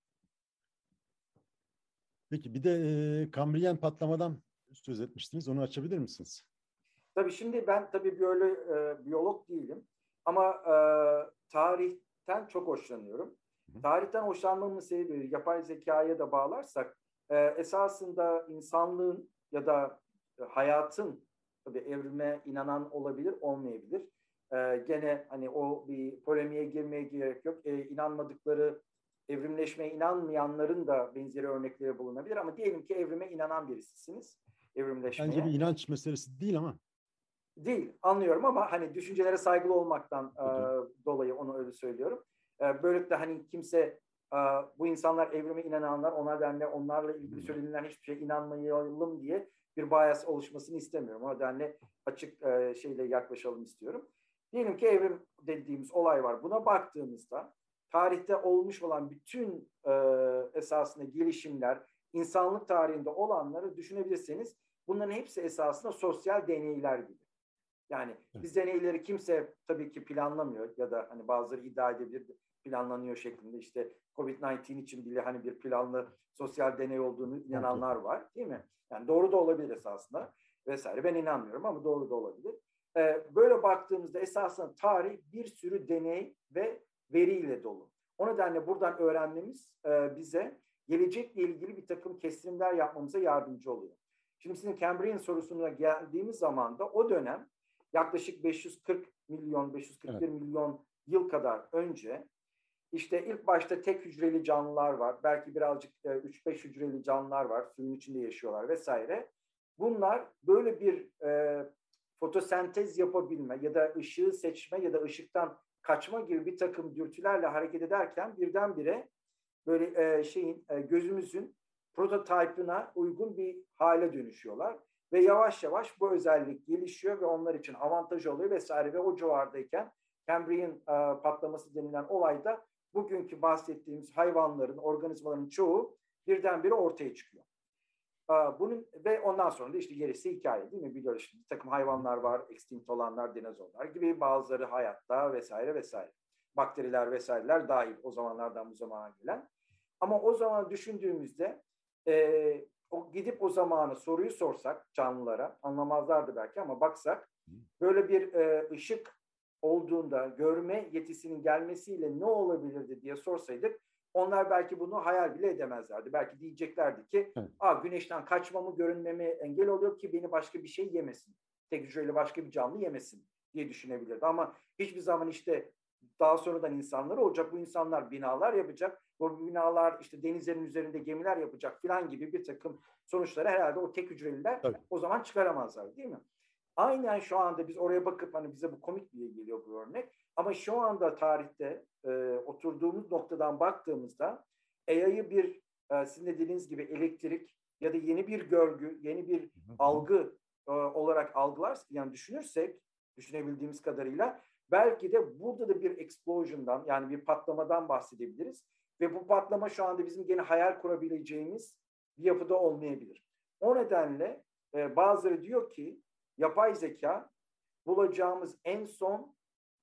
B: Peki bir de Kambriyen patlamadan söz etmiştiniz. Onu açabilir misiniz?
C: Tabii şimdi ben tabii böyle biyolog değilim ama tarihten çok hoşlanıyorum. Tarihten hoşlanmamın sebebi yapay zekaya da bağlarsak esasında insanlığın ya da hayatın tabii evrime inanan olabilir, olmayabilir. Gene hani o bir polemiğe girmeye gerek yok. İnanmadıkları, evrimleşmeye inanmayanların da benzeri örnekleri bulunabilir ama diyelim ki evrime inanan birisisiniz. Evrimleşmeye.
B: Bence bir inanç meselesi değil ama.
C: Değil, anlıyorum ama hani düşüncelere saygılı olmaktan dolayı onu öyle söylüyorum. Böylelikle hani kimse bu insanlar evrime inananlar, onlarla ilgili söylenilen hiçbir şeye inanmayalım diye bir bias oluşmasını istemiyorum. O nedenle açık şeyle yaklaşalım istiyorum. Diyelim ki evrim dediğimiz olay var. Buna baktığımızda tarihte olmuş olan bütün esasında gelişimler, insanlık tarihinde olanları düşünebilirseniz bunların hepsi esasında sosyal deneyler gibi. Yani biz deneyleri kimse tabii ki planlamıyor ya da hani bazıları iddia edebilir planlanıyor şeklinde işte COVID-19 için bile hani bir planlı sosyal deney olduğunu inananlar var değil mi? Yani doğru da olabilir esasında vesaire. Ben inanmıyorum ama doğru da olabilir. Böyle baktığımızda esasında tarih bir sürü deney ve veriyle dolu. O nedenle buradan öğrenmemiz bize gelecekle ilgili bir takım kesinimler yapmamıza yardımcı oluyor. Şimdi sizin Cambrian sorusuna geldiğimiz zaman da o dönem yaklaşık 541 milyon yıl kadar önce İşte ilk başta tek hücreli canlılar var. Belki birazcık 3-5 hücreli canlılar var. Suyun içinde yaşıyorlar vesaire. Bunlar böyle bir fotosentez yapabilme ya da ışığı seçme ya da ışıktan kaçma gibi bir takım dürtülerle hareket ederken birdenbire böyle gözümüzün prototipine uygun bir hale dönüşüyorlar. Ve yavaş yavaş bu özellik gelişiyor ve onlar için avantaj oluyor vesaire. Ve o civardayken Cambrian patlaması denilen olayda bugünkü bahsettiğimiz hayvanların, organizmaların çoğu birdenbire ortaya çıkıyor. Bunun ve ondan sonra da işte gerisi hikaye değil mi? Biliyoruz şimdi bir takım hayvanlar var, extinct olanlar, dinozorlar gibi, bazıları hayatta vesaire vesaire. Bakteriler vesaireler dahil o zamanlardan bu zamana gelen. Ama o zaman düşündüğümüzde o gidip o zamanı soruyu sorsak canlılara, anlamazlardı belki ama baksak böyle bir ışık olduğunda görme yetisinin gelmesiyle ne olabilirdi diye sorsaydık, onlar belki bunu hayal bile edemezlerdi. Belki diyeceklerdi ki güneşten kaçmamı, görünmemi engel oluyor ki beni başka bir şey yemesin. Tek hücreli başka bir canlı yemesin diye düşünebilirdi. Ama hiçbir zaman işte daha sonradan insanlar olacak. Bu insanlar binalar yapacak. Bu binalar işte denizlerin üzerinde gemiler yapacak falan gibi bir takım sonuçları herhalde o tek hücreliler o zaman çıkaramazlar değil mi? Aynen şu anda biz oraya bakıp hani bize bu komik diye geliyor bu örnek. Ama şu anda tarihte oturduğumuz noktadan baktığımızda AI'yı bir sizin de dediğiniz gibi elektrik ya da yeni bir görgü, yeni bir algı olarak yani düşünebildiğimiz kadarıyla belki de burada da bir explosion'dan, yani bir patlamadan bahsedebiliriz. Ve bu patlama şu anda bizim gene hayal kurabileceğimiz bir yapıda olmayabilir. O nedenle bazıları diyor ki yapay zeka bulacağımız en son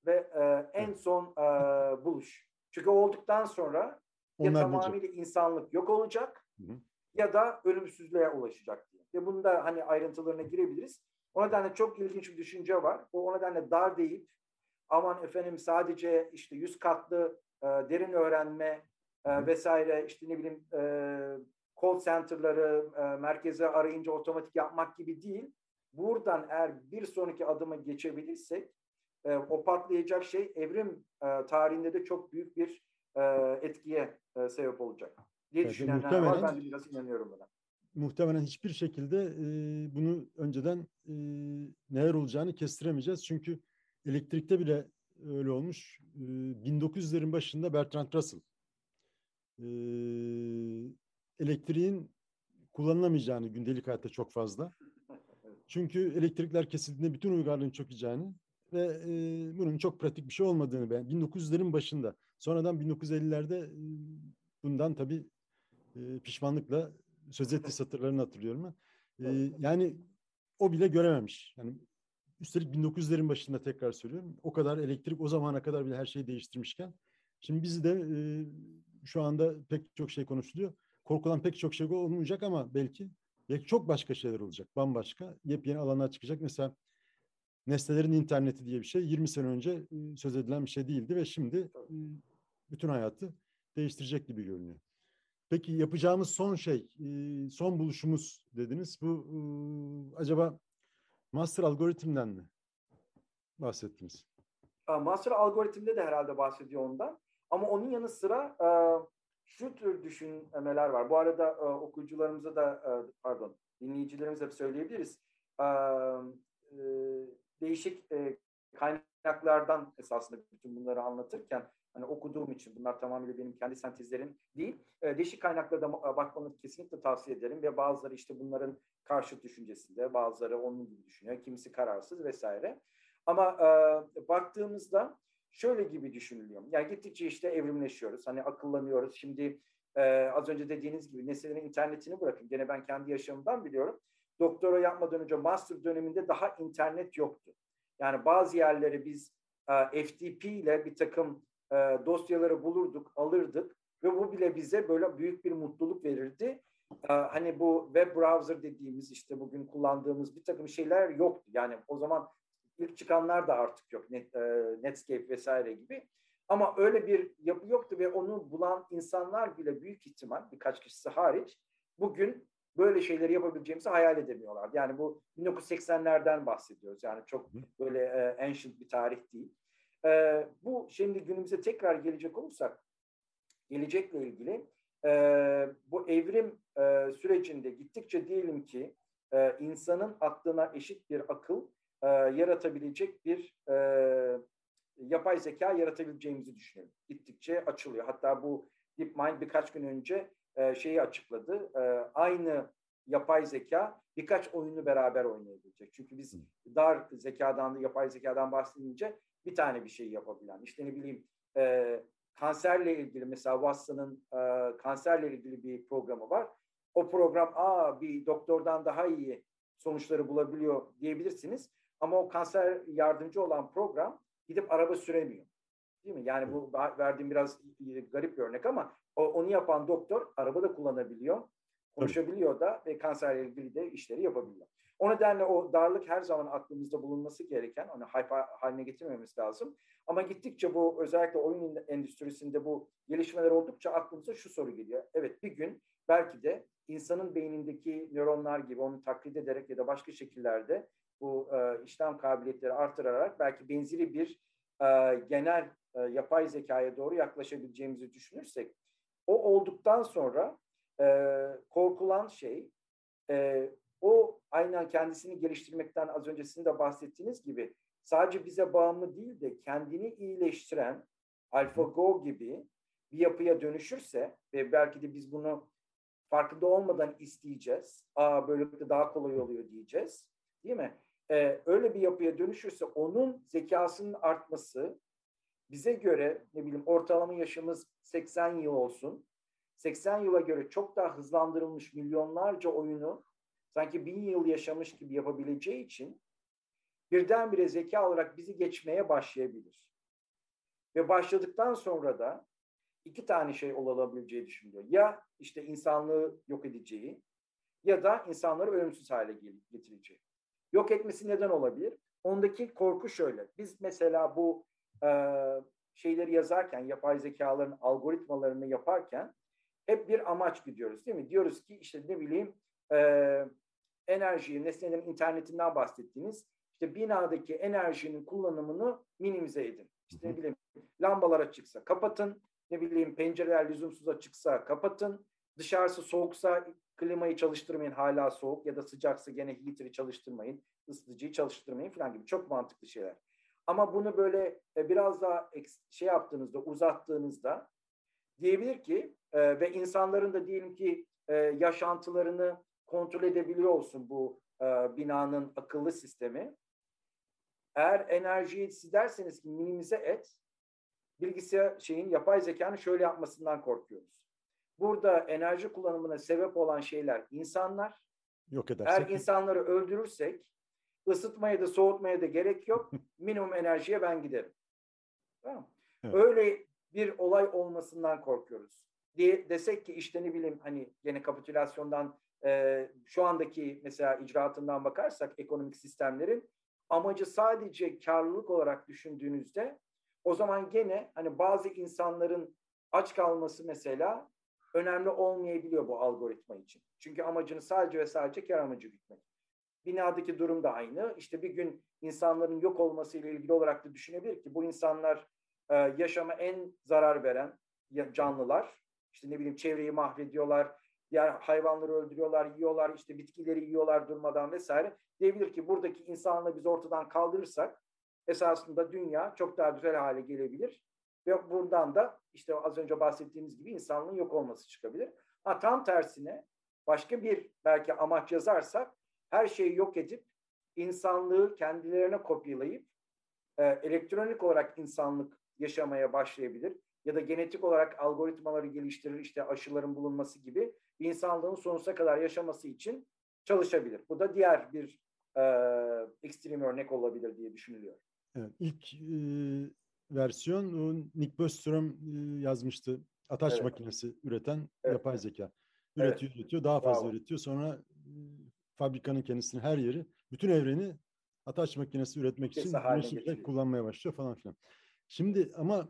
C: buluş. Çünkü olduktan sonra ya tamamıyla insanlık yok olacak ya da ölümsüzlüğe ulaşacak diye. Ve bunda hani ayrıntılarına girebiliriz. O nedenle çok ilginç bir düşünce var. O nedenle dar deyip aman efendim sadece işte 100 katlı derin öğrenme vesaire işte ne bileyim call center'ları merkeze arayınca otomatik yapmak gibi değil. Buradan eğer bir sonraki adıma geçebilirsek o patlayacak şey evrim tarihinde de çok büyük bir etkiye sebep olacak diye düşünenler var. Ben de biraz inanıyorum buna.
B: Muhtemelen hiçbir şekilde bunu önceden neler olacağını kestiremeyeceğiz. Çünkü elektrikte bile öyle olmuş. 1900'lerin başında Bertrand Russell elektriğin kullanılamayacağını, gündelik hayatta çok fazla. Çünkü elektrikler kesildiğinde bütün uygarlığın çökeceğini ve bunun çok pratik bir şey olmadığını 1900'lerin başında. Sonradan 1950'lerde bundan tabii pişmanlıkla söz ettiği satırlarını hatırlıyorum ben. Yani o bile görememiş. Yani üstelik 1900'lerin başında, tekrar söylüyorum. O kadar elektrik o zamana kadar bile her şeyi değiştirmişken. Şimdi bizi de şu anda pek çok şey konuşuluyor. Korkulan pek çok şey olmayacak ama belki çok başka şeyler olacak. Bambaşka, yepyeni alanlar çıkacak. Mesela nesnelerin interneti diye bir şey 20 sene önce söz edilen bir şey değildi ve şimdi bütün hayatı değiştirecek gibi görünüyor. Peki yapacağımız son şey, son buluşumuz dediniz. Bu acaba master algoritmden mi bahsettiniz?
C: Master algoritmde de herhalde bahsediyor ondan. Ama onun yanı sıra şu tür düşünmeler var. Bu arada okuyucularımıza da dinleyicilerimize de söyleyebiliriz. Değişik kaynaklardan esasında bütün bunları anlatırken hani okuduğum için, bunlar tamamıyla benim kendi sentezlerim değil. Değişik kaynaklara bakmanızı kesinlikle tavsiye ederim ve bazıları işte bunların karşıt düşüncesinde, bazıları onun gibi düşünüyor, kimisi kararsız vesaire. Ama baktığımızda şöyle gibi düşünülüyor. Yani gittikçe işte evrimleşiyoruz, hani akıllanıyoruz. Şimdi az önce dediğiniz gibi nesnelerin internetini bırakın. Gene ben kendi yaşamımdan biliyorum. Doktora yapmadan önce master döneminde daha internet yoktu. Yani bazı yerleri biz FTP ile bir takım dosyaları bulurduk, alırdık ve bu bile bize böyle büyük bir mutluluk verirdi. Hani bu web browser dediğimiz işte bugün kullandığımız bir takım şeyler yoktu. Yani o zaman ilk çıkanlar da artık yok. Netscape vesaire gibi. Ama öyle bir yapı yoktu ve onu bulan insanlar bile büyük ihtimal, birkaç kişisi hariç, bugün böyle şeyleri yapabileceğimizi hayal edemiyorlar. Yani bu 1980'lerden bahsediyoruz. Yani çok böyle ancient bir tarih değil. Bu şimdi günümüze tekrar gelecek olursak gelecekle ilgili bu evrim sürecinde gittikçe diyelim ki insanın aklına eşit bir akıl yaratabilecek bir yapay zeka yaratabileceğimizi düşünüyorum. Gittikçe açılıyor. Hatta bu DeepMind birkaç gün önce şeyi açıkladı. Aynı yapay zeka birkaç oyunu beraber oynayabilecek. Çünkü biz dar zekadan, yapay zekadan bahsedince bir tane bir şey yapabilen. İşte ne bileyim kanserle ilgili mesela Watson'ın kanserle ilgili bir programı var. O program bir doktordan daha iyi sonuçları bulabiliyor diyebilirsiniz. Ama o kanser yardımcı olan program gidip araba süremiyor. Değil mi? Yani bu verdiğim biraz garip bir örnek ama onu yapan doktor araba da kullanabiliyor, konuşabiliyor da ve kanserle ilgili de işleri yapabiliyor. O nedenle o darlık her zaman aklımızda bulunması gereken, onu hype haline getirmemiz lazım. Ama gittikçe bu özellikle oyun endüstrisinde bu gelişmeler oldukça aklımıza şu soru geliyor. Evet, bir gün belki de insanın beynindeki nöronlar gibi onu taklit ederek ya da başka şekillerde bu işlem kabiliyetleri artırarak belki benzeri bir genel yapay zekaya doğru yaklaşabileceğimizi düşünürsek, o olduktan sonra korkulan şey o aynen kendisini geliştirmekten az önce sizin de bahsettiğiniz gibi sadece bize bağımlı değil de kendini iyileştiren AlphaGo gibi bir yapıya dönüşürse ve belki de biz bunu farkında olmadan isteyeceğiz. Böylelikle daha kolay oluyor diyeceğiz. Değil mi? Öyle bir yapıya dönüşürse onun zekasının artması bize göre ne bileyim ortalama yaşımız 80 yıl olsun. 80 yıla göre çok daha hızlandırılmış milyonlarca oyunu sanki 1000 yıl yaşamış gibi yapabileceği için birdenbire zeka olarak bizi geçmeye başlayabilir. Ve başladıktan sonra da iki tane şey olabileceği düşünülüyor. Ya işte insanlığı yok edeceği ya da insanları ölümsüz hale getireceği. Yok etmesi neden olabilir? Ondaki korku şöyle. Biz mesela bu şeyleri yazarken, yapay zekaların algoritmalarını yaparken hep bir amaç gidiyoruz değil mi? Diyoruz ki işte ne bileyim enerjiyi, nesnelerin internetinden bahsettiğiniz işte binadaki enerjinin kullanımını minimize edin. İşte ne bileyim lambalar açıksa kapatın, ne bileyim pencereler lüzumsuz açıksa kapatın, dışarısı soğuksa klimayı çalıştırmayın hala soğuk ya da sıcaksa gene heater'ı çalıştırmayın, ısıtıcıyı çalıştırmayın falan gibi çok mantıklı şeyler. Ama bunu böyle biraz daha şey yaptığınızda, uzattığınızda diyebilir ki ve insanların da diyelim ki yaşantılarını kontrol edebiliyor olsun bu binanın akıllı sistemi. Eğer enerjiyi siz derseniz ki minimize et, bilgisayar yapay zekanın şöyle yapmasından korkuyoruz. Burada enerji kullanımına sebep olan şeyler insanlar.
B: Yok edersek.
C: Eğer insanları öldürürsek ısıtmaya da soğutmaya da gerek yok. Minimum enerjiye ben giderim. Tamam. Evet. Öyle bir olay olmasından korkuyoruz. Desek ki işte ne bileyim hani yine kapitülasyondan şu andaki mesela icraatından bakarsak ekonomik sistemlerin amacı sadece karlılık olarak düşündüğünüzde o zaman gene hani bazı insanların aç kalması mesela önemli olmayabiliyor bu algoritma için. Çünkü amacını sadece ve sadece kar amacı gütmek. Binadaki durum da aynı. İşte bir gün insanların yok olmasıyla ilgili olarak da düşünebilir ki bu insanlar yaşama en zarar veren canlılar. İşte ne bileyim çevreyi mahvediyorlar, diğer hayvanları öldürüyorlar, yiyorlar, işte bitkileri yiyorlar durmadan vesaire. Diyebilir ki buradaki insanlığı biz ortadan kaldırırsak esasında dünya çok daha güzel hale gelebilir. Ve buradan da işte az önce bahsettiğimiz gibi insanlığın yok olması çıkabilir. Tam tersine başka bir belki amaç yazarsak her şeyi yok edip insanlığı kendilerine kopyalayıp elektronik olarak insanlık yaşamaya başlayabilir. Ya da genetik olarak algoritmaları geliştirir, işte aşıların bulunması gibi insanlığın sonsuza kadar yaşaması için çalışabilir. Bu da diğer bir ekstrem örnek olabilir diye düşünülüyor.
B: Evet, ilk versiyon Nick Bostrom yazmıştı. Ataç makinesi üreten yapay zeka. Üretiyor, daha fazla üretiyor. Sonra fabrikanın kendisini her yeri, bütün evreni ataç makinesi üretmek için bu şekilde kullanmaya başlıyor falan filan. Şimdi ama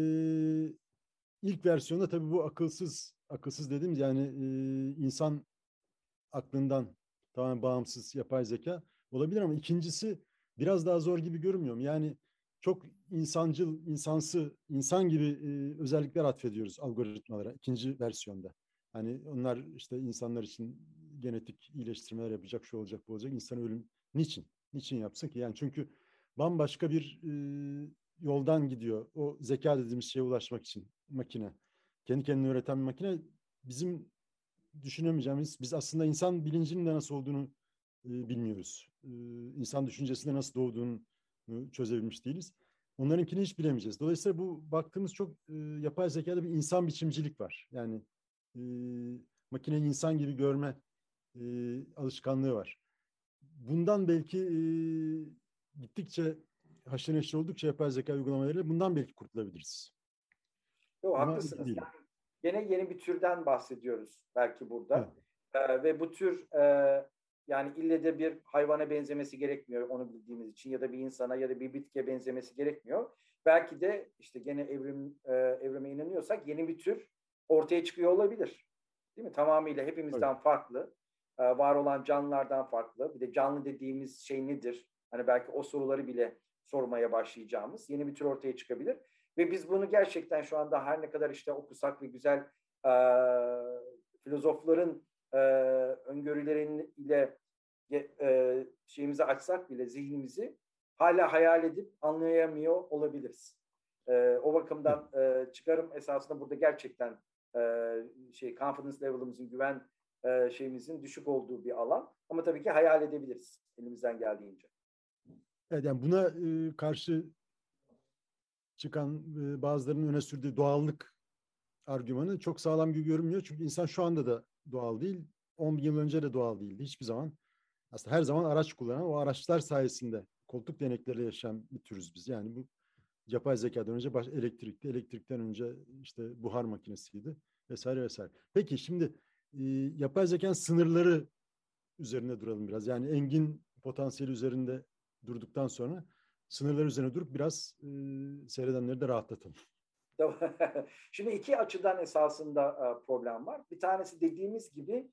B: ilk versiyonda tabii bu akılsız dediğimiz yani insan aklından tamamen bağımsız yapay zeka olabilir ama ikincisi biraz daha zor gibi görünmüyor mu? Yani çok insancıl, insansı, insan gibi özellikler atfediyoruz algoritmalara ikinci versiyonda. Hani onlar işte insanlar için genetik iyileştirmeler yapacak, şu olacak, bu olacak. İnsan ölüm niçin? Niçin yapsın ki? Yani çünkü bambaşka bir yoldan gidiyor. O zeka dediğimiz şeye ulaşmak için makine. Kendi kendini öğreten bir makine bizim düşünemeyeceğimiz, biz aslında insan bilincinin de nasıl olduğunu bilmiyoruz. İnsan düşüncesinde nasıl doğduğunu çözebilmiş değiliz. Onlarınkini hiç bilemeyeceğiz. Dolayısıyla bu baktığımız çok yapay zekada bir insan biçimcilik var. Yani e, makineyi insan gibi görme alışkanlığı var. Bundan belki gittikçe haşır neşir oldukça yapay zeka uygulamalarıyla bundan belki kurtulabiliriz.
C: Yok,
B: Ama emin
C: haklısınız.
B: değilim.
C: Yani gene yeni bir türden bahsediyoruz belki burada.
B: Evet.
C: Ve bu tür yani ille de bir hayvana benzemesi gerekmiyor onu bildiğimiz için, ya da bir insana ya da bir bitkiye benzemesi gerekmiyor. Belki de işte gene evrime inanıyorsak yeni bir tür ortaya çıkıyor olabilir. Değil mi? Tamamıyla hepimizden
B: Evet.
C: farklı, var olan canlılardan farklı. Bir de canlı dediğimiz şey nedir? Hani belki o soruları bile sormaya başlayacağımız yeni bir tür ortaya çıkabilir. Ve biz bunu gerçekten şu anda her ne kadar işte okusak ve güzel filozofların öngörüleriyle şeyimizi açsak bile zihnimizi hala hayal edip anlayamıyor olabiliriz. O bakımdan çıkarım esasında burada gerçekten confidence level'ımızın, güven şeyimizin düşük olduğu bir alan. Ama tabii ki hayal edebiliriz elimizden geldiğince.
B: Evet, yani buna karşı çıkan bazılarının öne sürdüğü doğallık argümanı çok sağlam gibi görünmüyor. Çünkü insan şu anda da doğal değil. 10 bin yıl önce de doğal değildi. Hiçbir zaman. Aslında her zaman araç kullanan, o araçlar sayesinde koltuk değnekleriyle yaşayan bir türüz biz. Yani bu yapay zekadan önce elektrikti. Elektrikten önce işte buhar makinesiydi. Vesaire vesaire. Peki şimdi yapay zekanın sınırları üzerine duralım biraz. Yani engin potansiyeli üzerinde durduktan sonra sınırlar üzerine durup biraz seyredenleri de rahatlatalım.
C: Şimdi iki açıdan esasında problem var. Bir tanesi dediğimiz gibi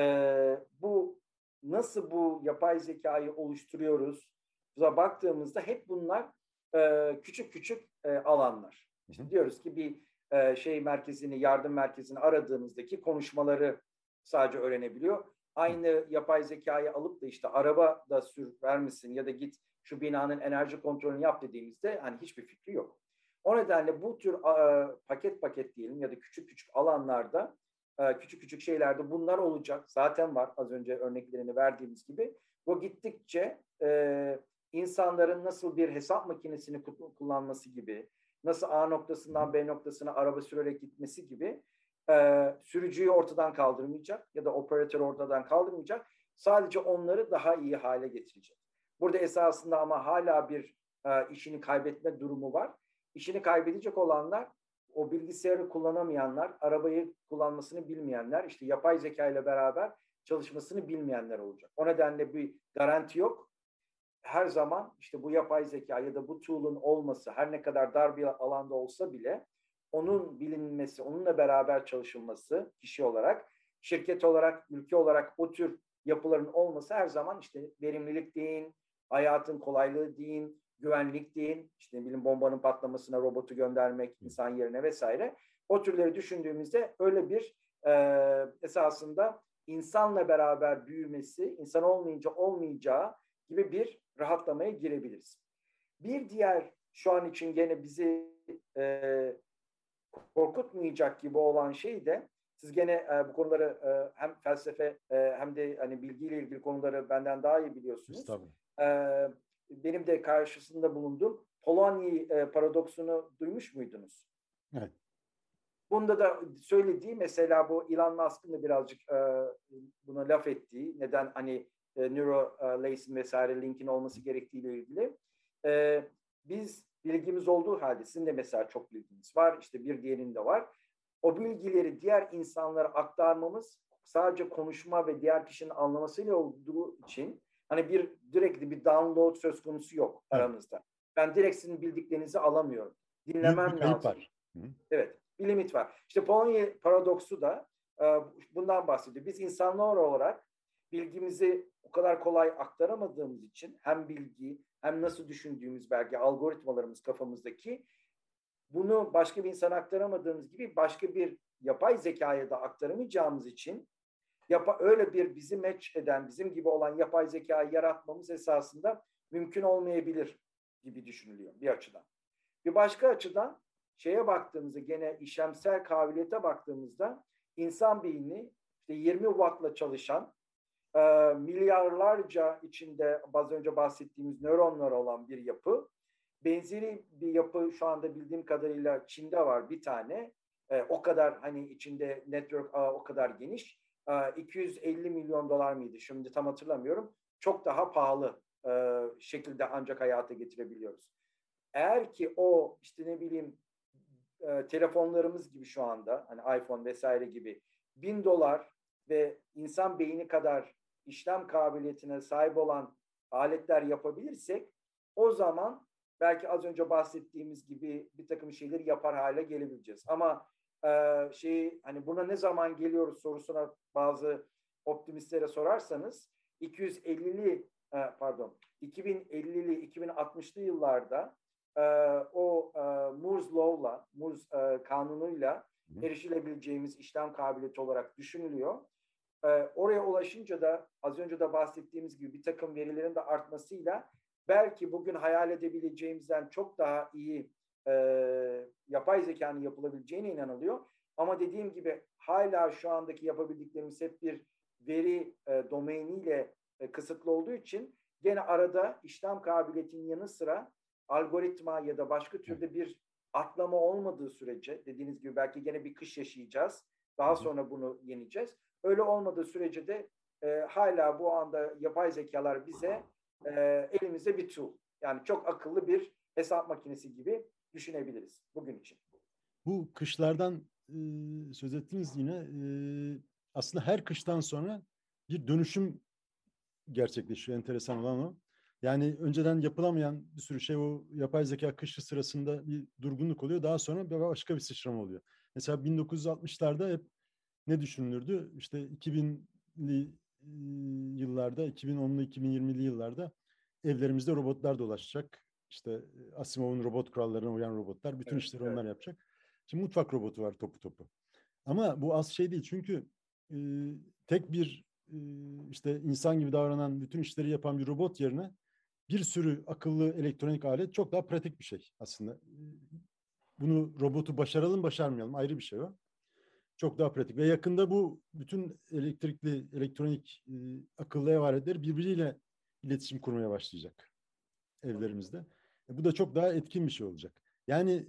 C: bu nasıl bu yapay zekayı oluşturuyoruz? Buna baktığımızda hep bunlar küçük küçük alanlar. İşte diyoruz ki bir merkezini, yardım merkezini aradığımızdaki konuşmaları sadece öğrenebiliyor. Aynı yapay zekayı alıp da işte araba da sür vermişsin ya da git şu binanın enerji kontrolünü yap dediğimizde hani hiçbir fikri yok. O nedenle bu tür paket paket diyelim ya da küçük küçük alanlarda, küçük küçük şeylerde bunlar olacak. Zaten var, az önce örneklerini verdiğimiz gibi. Bu gittikçe insanların nasıl bir hesap makinesini kullanması gibi, nasıl A noktasından B noktasına araba sürerek gitmesi gibi sürücüyü ortadan kaldırmayacak ya da operatörü ortadan kaldırmayacak. Sadece onları daha iyi hale getirecek. Burada esasında ama hala bir işini kaybetme durumu var. İşini kaybedecek olanlar o bilgisayarı kullanamayanlar, arabayı kullanmasını bilmeyenler, işte yapay zeka ile beraber çalışmasını bilmeyenler olacak. O nedenle bir garanti yok. Her zaman işte bu yapay zeka ya da bu tool'un olması her ne kadar dar bir alanda olsa bile onun bilinmesi, onunla beraber çalışılması kişi olarak, şirket olarak, ülke olarak o tür yapıların olması her zaman işte verimlilik deyin, hayatın kolaylığı deyin, güvenlik deyin, işte ne bileyim bombanın patlamasına robotu göndermek insan yerine vesaire. O türleri düşündüğümüzde öyle bir esasında insanla beraber büyümesi, insan olmayınca olmayacağı gibi bir rahatlamaya girebiliriz. Bir diğer şu an için gene bizi korkutmayacak gibi olan şey de siz gene bu konuları hem felsefe hem de hani bilgiyle ilgili konuları benden daha iyi biliyorsunuz. Benim de karşısında bulunduğum Polanyi paradoksunu duymuş muydunuz?
B: Evet.
C: Bunda da söylediği mesela bu Elon Musk'ın da birazcık buna laf ettiği, neden hani Neuralace'in vesaire linkin olması gerektiğiyle ilgili. Biz bilgimiz olduğu halde, sizin de mesela çok bilginiz var, işte bir diğerinin de var. O bilgileri diğer insanlara aktarmamız sadece konuşma ve diğer kişinin anlamasıyla olduğu için hani direkt bir download söz konusu yok aranızda. Evet. Ben direkt sizin bildiklerinizi alamıyorum. Dinlemem
B: büyük bir kayıp
C: lazım.
B: Var. Hı-hı.
C: Evet, bir limit var. İşte Polanyi paradoksu da bundan bahsediyor. Biz insanlar olarak bilgimizi o kadar kolay aktaramadığımız için hem bilgi hem nasıl düşündüğümüz belki algoritmalarımız kafamızdaki bunu başka bir insana aktaramadığımız gibi başka bir yapay zekaya da aktaramayacağımız için öyle bir bizi match eden, bizim gibi olan yapay zekayı yaratmamız esasında mümkün olmayabilir gibi düşünülüyor bir açıdan. Bir başka açıdan şeye baktığımızda gene işlemsel kabiliyete baktığımızda insan beyni işte 20 wattla çalışan milyarlarca içinde az önce bahsettiğimiz nöronlar olan bir yapı. Benzeri bir yapı şu anda bildiğim kadarıyla Çin'de var bir tane. O kadar hani içinde network ağı o kadar geniş. 250 milyon dolar mıydı? Şimdi tam hatırlamıyorum. Çok daha pahalı şekilde ancak hayata getirebiliyoruz. Eğer ki o işte ne bileyim telefonlarımız gibi şu anda hani iPhone vesaire gibi $1000 ve insan beyni kadar işlem kabiliyetine sahip olan aletler yapabilirsek o zaman belki az önce bahsettiğimiz gibi bir takım şeyleri yapar hale gelebileceğiz. Ama hani buna ne zaman geliyoruz sorusuna bazı optimistlere sorarsanız 2050'li 2060'lı yıllarda o Moore's Law'la, Moore's kanunuyla erişilebileceğimiz işlem kabiliyeti olarak düşünülüyor. Oraya ulaşınca da az önce de bahsettiğimiz gibi bir takım verilerin de artmasıyla belki bugün hayal edebileceğimizden çok daha iyi yapay zekanın yapılabileceğine inanılıyor. Ama dediğim gibi hala şu andaki yapabildiklerimiz hep bir veri domainiyle kısıtlı olduğu için gene arada işlem kabiliyetinin yanı sıra algoritma ya da başka türde bir atlama olmadığı sürece dediğiniz gibi belki gene bir kış yaşayacağız. Daha sonra bunu yeneceğiz. Öyle olmadığı sürece de hala bu anda yapay zekalar bize elimizde bir tool. Yani çok akıllı bir hesap makinesi gibi düşünebiliriz bugün için.
B: Bu kışlardan söz ettiniz yine. Aslında her kıştan sonra bir dönüşüm gerçekleşiyor. Enteresan olan o. Yani önceden yapılamayan bir sürü şey o yapay zeka kışı sırasında bir durgunluk oluyor. Daha sonra başka bir sıçrama oluyor. Mesela 1960'larda hep ne düşünülürdü? İşte 2000'li yıllarda, 2010'lu 2020'li yıllarda evlerimizde robotlar dolaşacak. İşte Asimov'un robot kurallarına uyan robotlar. Bütün işleri onlar yapacak. Şimdi mutfak robotu var topu topu. Ama bu az şey değil. Çünkü tek bir işte insan gibi davranan, bütün işleri yapan bir robot yerine bir sürü akıllı elektronik alet çok daha pratik bir şey aslında. Bunu robotu başaralım başarmayalım ayrı bir şey o. Çok daha pratik ve yakında bu bütün elektrikli, elektronik akıllı ev aletleri birbiriyle iletişim kurmaya başlayacak evlerimizde. Bu da çok daha etkin bir şey olacak. Yani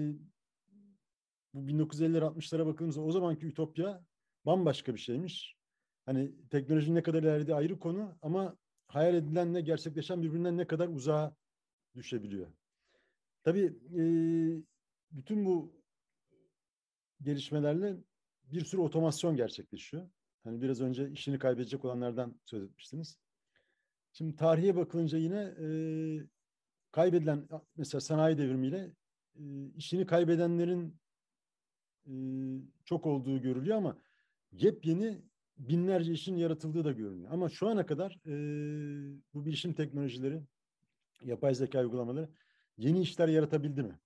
B: bu 1950'ler 60'lara bakıldığımızda o zamanki ütopya bambaşka bir şeymiş. Hani teknolojinin ne kadar ilerlediği ayrı konu ama hayal edilenle gerçekleşen birbirinden ne kadar uzağa düşebiliyor. Tabii bütün bu gelişmelerle bir sürü otomasyon gerçekleşiyor. Hani biraz önce işini kaybedecek olanlardan söz etmiştiniz. Şimdi tarihe bakılınca yine kaybedilen mesela sanayi devrimiyle işini kaybedenlerin çok olduğu görülüyor ama yepyeni binlerce işin yaratıldığı da görünüyor. Ama şu ana kadar bu bilişim teknolojileri, yapay zeka uygulamaları yeni işler yaratabildi mi?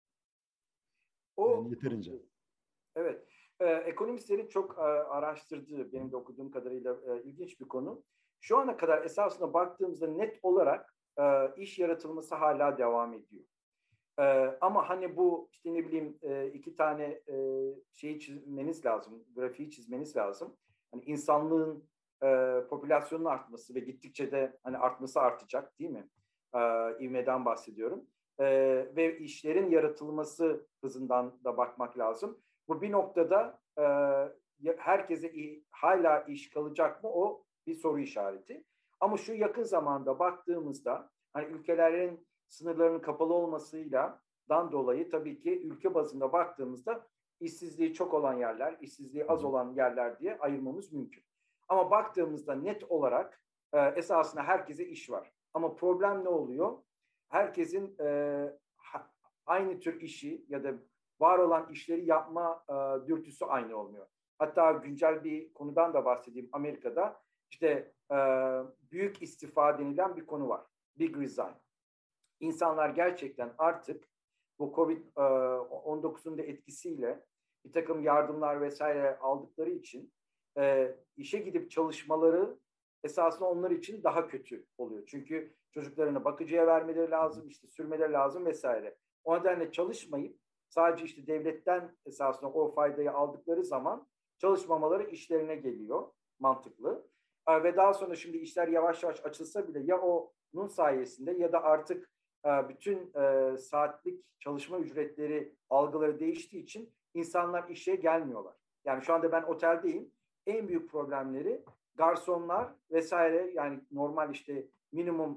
B: Yani yeterince.
C: Evet. Ekonomistlerin çok araştırdığı, benim de okuduğum kadarıyla ilginç bir konu. Şu ana kadar esasına baktığımızda net olarak iş yaratılması hala devam ediyor. Ama hani bu işte ne bileyim iki tane şeyi çizmeniz lazım, grafiği çizmeniz lazım. Hani insanlığın popülasyonun artması ve gittikçe de hani artması artacak değil mi? İvmeden bahsediyorum. Ve işlerin yaratılması hızından da bakmak lazım. Bu bir noktada herkese hala iş kalacak mı o bir soru işareti. Ama şu yakın zamanda baktığımızda hani ülkelerin sınırlarının kapalı olmasıyla dolayı tabii ki ülke bazında baktığımızda işsizliği çok olan yerler, işsizliği az olan yerler diye ayırmamız mümkün. Ama baktığımızda net olarak esasında herkese iş var. Ama problem ne oluyor? Herkesin aynı tür işi ya da var olan işleri yapma dürtüsü aynı olmuyor. Hatta güncel bir konudan da bahsedeyim. Amerika'da işte büyük istifa denilen bir konu var. Big Resign. İnsanlar gerçekten artık bu Covid-19'un da etkisiyle bir takım yardımlar vesaire aldıkları için işe gidip çalışmaları esasında onlar için daha kötü oluyor. Çünkü çocuklarını bakıcıya vermeleri lazım, işte sürmeleri lazım vesaire. O nedenle çalışmayıp sadece işte devletten esasında o faydayı aldıkları zaman çalışmamaları işlerine geliyor. Mantıklı. Ve daha sonra şimdi işler yavaş yavaş açılsa bile ya onun sayesinde ya da artık bütün saatlik çalışma ücretleri, algıları değiştiği için insanlar işe gelmiyorlar. Yani şu anda ben oteldeyim. En büyük problemleri garsonlar vesaire, yani normal işte minimum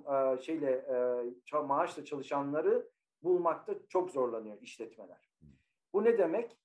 C: maaşla çalışanları bulmakta çok zorlanıyor işletmeler. Bu ne demek?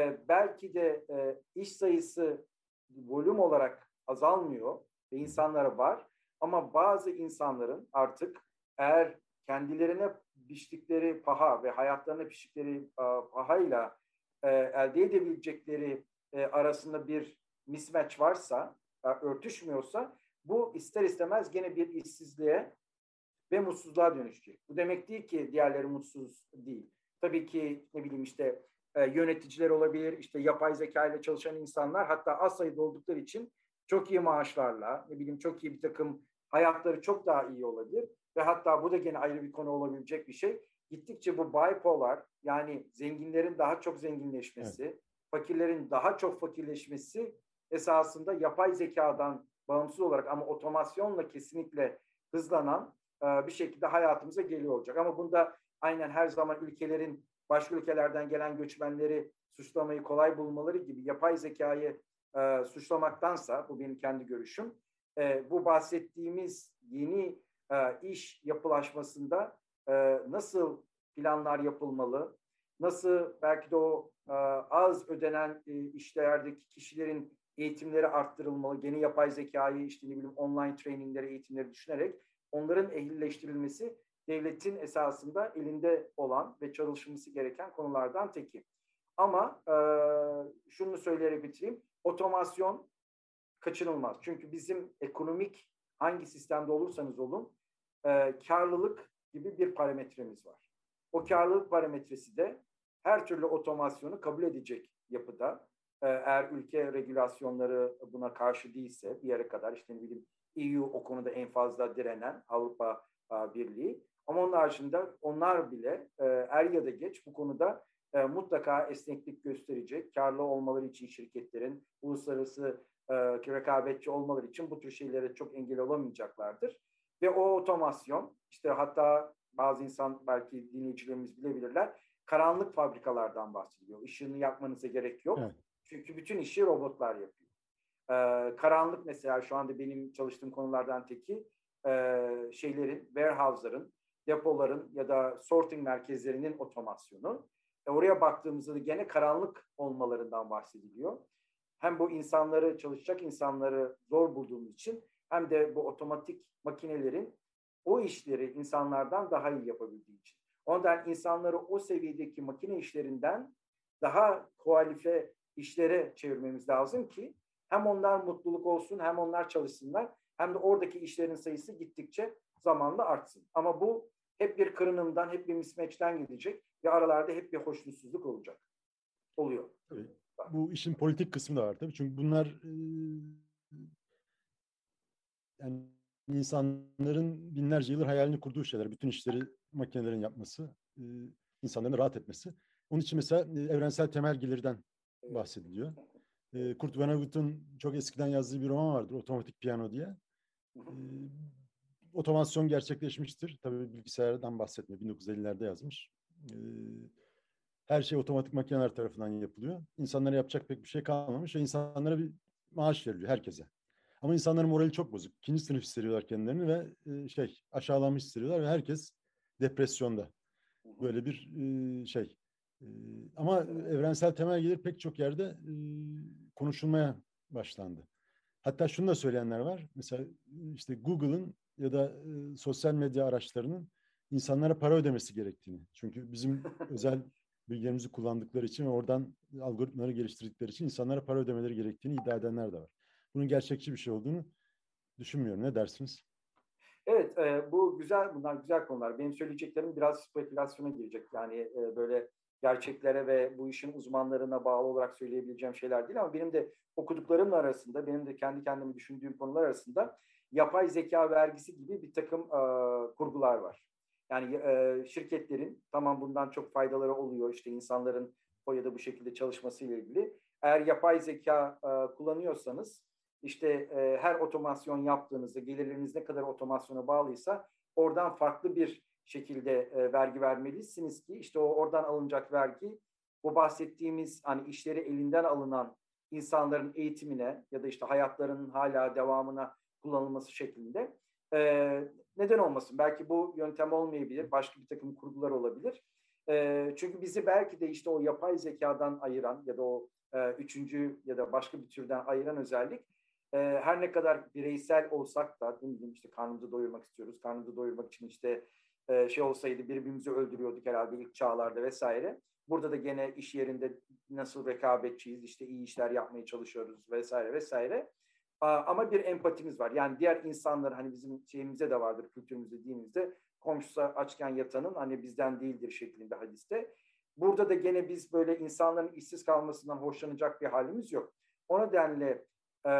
C: Belki de iş sayısı volüm olarak azalmıyor ve insanlara var. Ama bazı insanların artık eğer kendilerine biçtikleri paha ve hayatlarına biçtikleri pahayla elde edebilecekleri arasında bir mismatch varsa, örtüşmüyorsa, bu ister istemez gene bir işsizliğe ve mutsuzluğa dönüşecek. Bu demek değil ki diğerleri mutsuz değil. Tabii ki ne bileyim işte yöneticiler olabilir, işte yapay zeka ile çalışan insanlar, hatta az sayıda oldukları için çok iyi maaşlarla, ne bileyim çok iyi bir takım hayatları çok daha iyi olabilir. Ve hatta bu da gene ayrı bir konu olabilecek bir şey. Gittikçe bu bipolar, yani zenginlerin daha çok zenginleşmesi, evet, fakirlerin daha çok fakirleşmesi esasında yapay zekadan bağımsız olarak ama otomasyonla kesinlikle hızlanan bir şekilde hayatımıza geliyor olacak. Ama bunda aynen her zaman ülkelerin başka ülkelerden gelen göçmenleri suçlamayı kolay bulmaları gibi yapay zekayı suçlamaktansa, bu benim kendi görüşüm, bu bahsettiğimiz yeni iş yapılaşmasında nasıl planlar yapılmalı, nasıl belki de o az ödenen işlerdeki kişilerin eğitimleri arttırılmalı, yeni yapay zekayı işte ne bileyim online trainingleri, eğitimleri düşünerek onların ehlileştirilmesi devletin esasında elinde olan ve çalışılması gereken konulardan teki. Ama şunu söyleyerek bitireyim. Otomasyon kaçınılmaz. Çünkü bizim ekonomik hangi sistemde olursanız olun karlılık gibi bir parametremiz var. O karlılık parametresi de her türlü otomasyonu kabul edecek yapıda. Eğer ülke regülasyonları buna karşı değilse bir yere kadar, işte ne bileyim EU o konuda en fazla direnen, Avrupa Birliği. Ama onun haricinde onlar bile er ya da geç bu konuda mutlaka esneklik gösterecek. Karlı olmaları için şirketlerin, uluslararası rekabetçi olmaları için bu tür şeylere çok engel olamayacaklardır. Ve o otomasyon, işte hatta bazı insan, belki dinleyicilerimiz bilebilirler, karanlık fabrikalardan bahsediyor. Işığını yakmanıza gerek yok. Evet. Çünkü bütün işi robotlar yapıyor. Karanlık mesela şu anda benim çalıştığım konulardan teki şeylerin, warehouse'ların, depoların ya da sorting merkezlerinin otomasyonu. Oraya baktığımızda da gene karanlık olmalarından bahsediliyor. Hem bu insanları, çalışacak insanları zor bulduğumuz için, hem de bu otomatik makinelerin o işleri insanlardan daha iyi yapabildiği için. Ondan insanları o seviyedeki makine işlerinden daha kualifiye işlere çevirmemiz lazım ki hem onlar mutluluk olsun, hem onlar çalışsınlar, hem de oradaki işlerin sayısı gittikçe zamanla artsın. Ama bu hep bir kırınımdan, hep bir mismatch'ten gidecek ve aralarda hep bir hoşnutsuzluk olacak. Oluyor.
B: Tabii. Bu işin politik kısmı da var tabii. Çünkü bunlar yani insanların binlerce yıldır hayalini kurduğu şeyler. Bütün işleri makinelerin yapması, insanların rahat etmesi. Onun için mesela evrensel temel gelirden bahsediliyor. Kurt Vonnegut'un çok eskiden yazdığı bir roman vardır, Otomatik Piyano diye. Otomasyon gerçekleşmiştir. Tabii bilgisayardan bahsetmiyor. 1950'lerde yazmış. Her şey otomatik makineler tarafından yapılıyor. İnsanlara yapacak pek bir şey kalmamış ve insanlara bir maaş veriliyor, herkese. Ama insanların morali çok bozuk. İkinci sınıf hissediyorlar kendilerini ve aşağılanmış hissediyorlar ve herkes depresyonda. Böyle bir şey. Ama evrensel temel gelir pek çok yerde konuşulmaya başlandı. Hatta şunu da söyleyenler var. Mesela işte Google'ın ya da sosyal medya araçlarının insanlara para ödemesi gerektiğini. Çünkü bizim özel bilgilerimizi kullandıkları için ve oradan algoritmaları geliştirdikleri için insanlara para ödemeleri gerektiğini iddia edenler de var. Bunun gerçekçi bir şey olduğunu düşünmüyorum. Ne dersiniz?
C: Evet, bunlar güzel konular. Benim söyleyeceklerim biraz spekülasyona girecek. Yani böyle gerçeklere ve bu işin uzmanlarına bağlı olarak söyleyebileceğim şeyler değil ama benim de okuduklarım arasında, benim de kendi kendime düşündüğüm konular arasında yapay zeka vergisi gibi bir takım kurgular var. Yani şirketlerin tamam bundan çok faydaları oluyor işte insanların o ya da bu şekilde çalışmasıyla ilgili. Eğer yapay zeka kullanıyorsanız işte her otomasyon yaptığınızda gelirleriniz ne kadar otomasyona bağlıysa oradan farklı bir şekilde vergi vermelisiniz ki işte oradan alınacak vergi bu bahsettiğimiz hani işleri elinden alınan insanların eğitimine ya da işte hayatlarının hala devamına kullanılması şeklinde neden olmasın? Belki bu yöntem olmayabilir, başka bir takım kurgular olabilir. Çünkü bizi belki de işte o yapay zekadan ayıran ya da o üçüncü ya da başka bir türden ayıran özellik her ne kadar bireysel olsak da ne bileyim işte karnımızı doyurmak istiyoruz. Karnımızı doyurmak için işte şey olsaydı birbirimizi öldürüyorduk herhalde ilk çağlarda vesaire. Burada da gene iş yerinde nasıl rekabetçiyiz, işte iyi işler yapmaya çalışıyoruz vesaire vesaire. Ama bir empatimiz var. Yani diğer insanlar hani bizim şeyimizde de vardır, kültürümüzde, dinimizde komşusu açken yatanın hani bizden değildir şeklinde hadiste. Burada da gene biz böyle insanların işsiz kalmasından hoşlanacak bir halimiz yok. O nedenle e,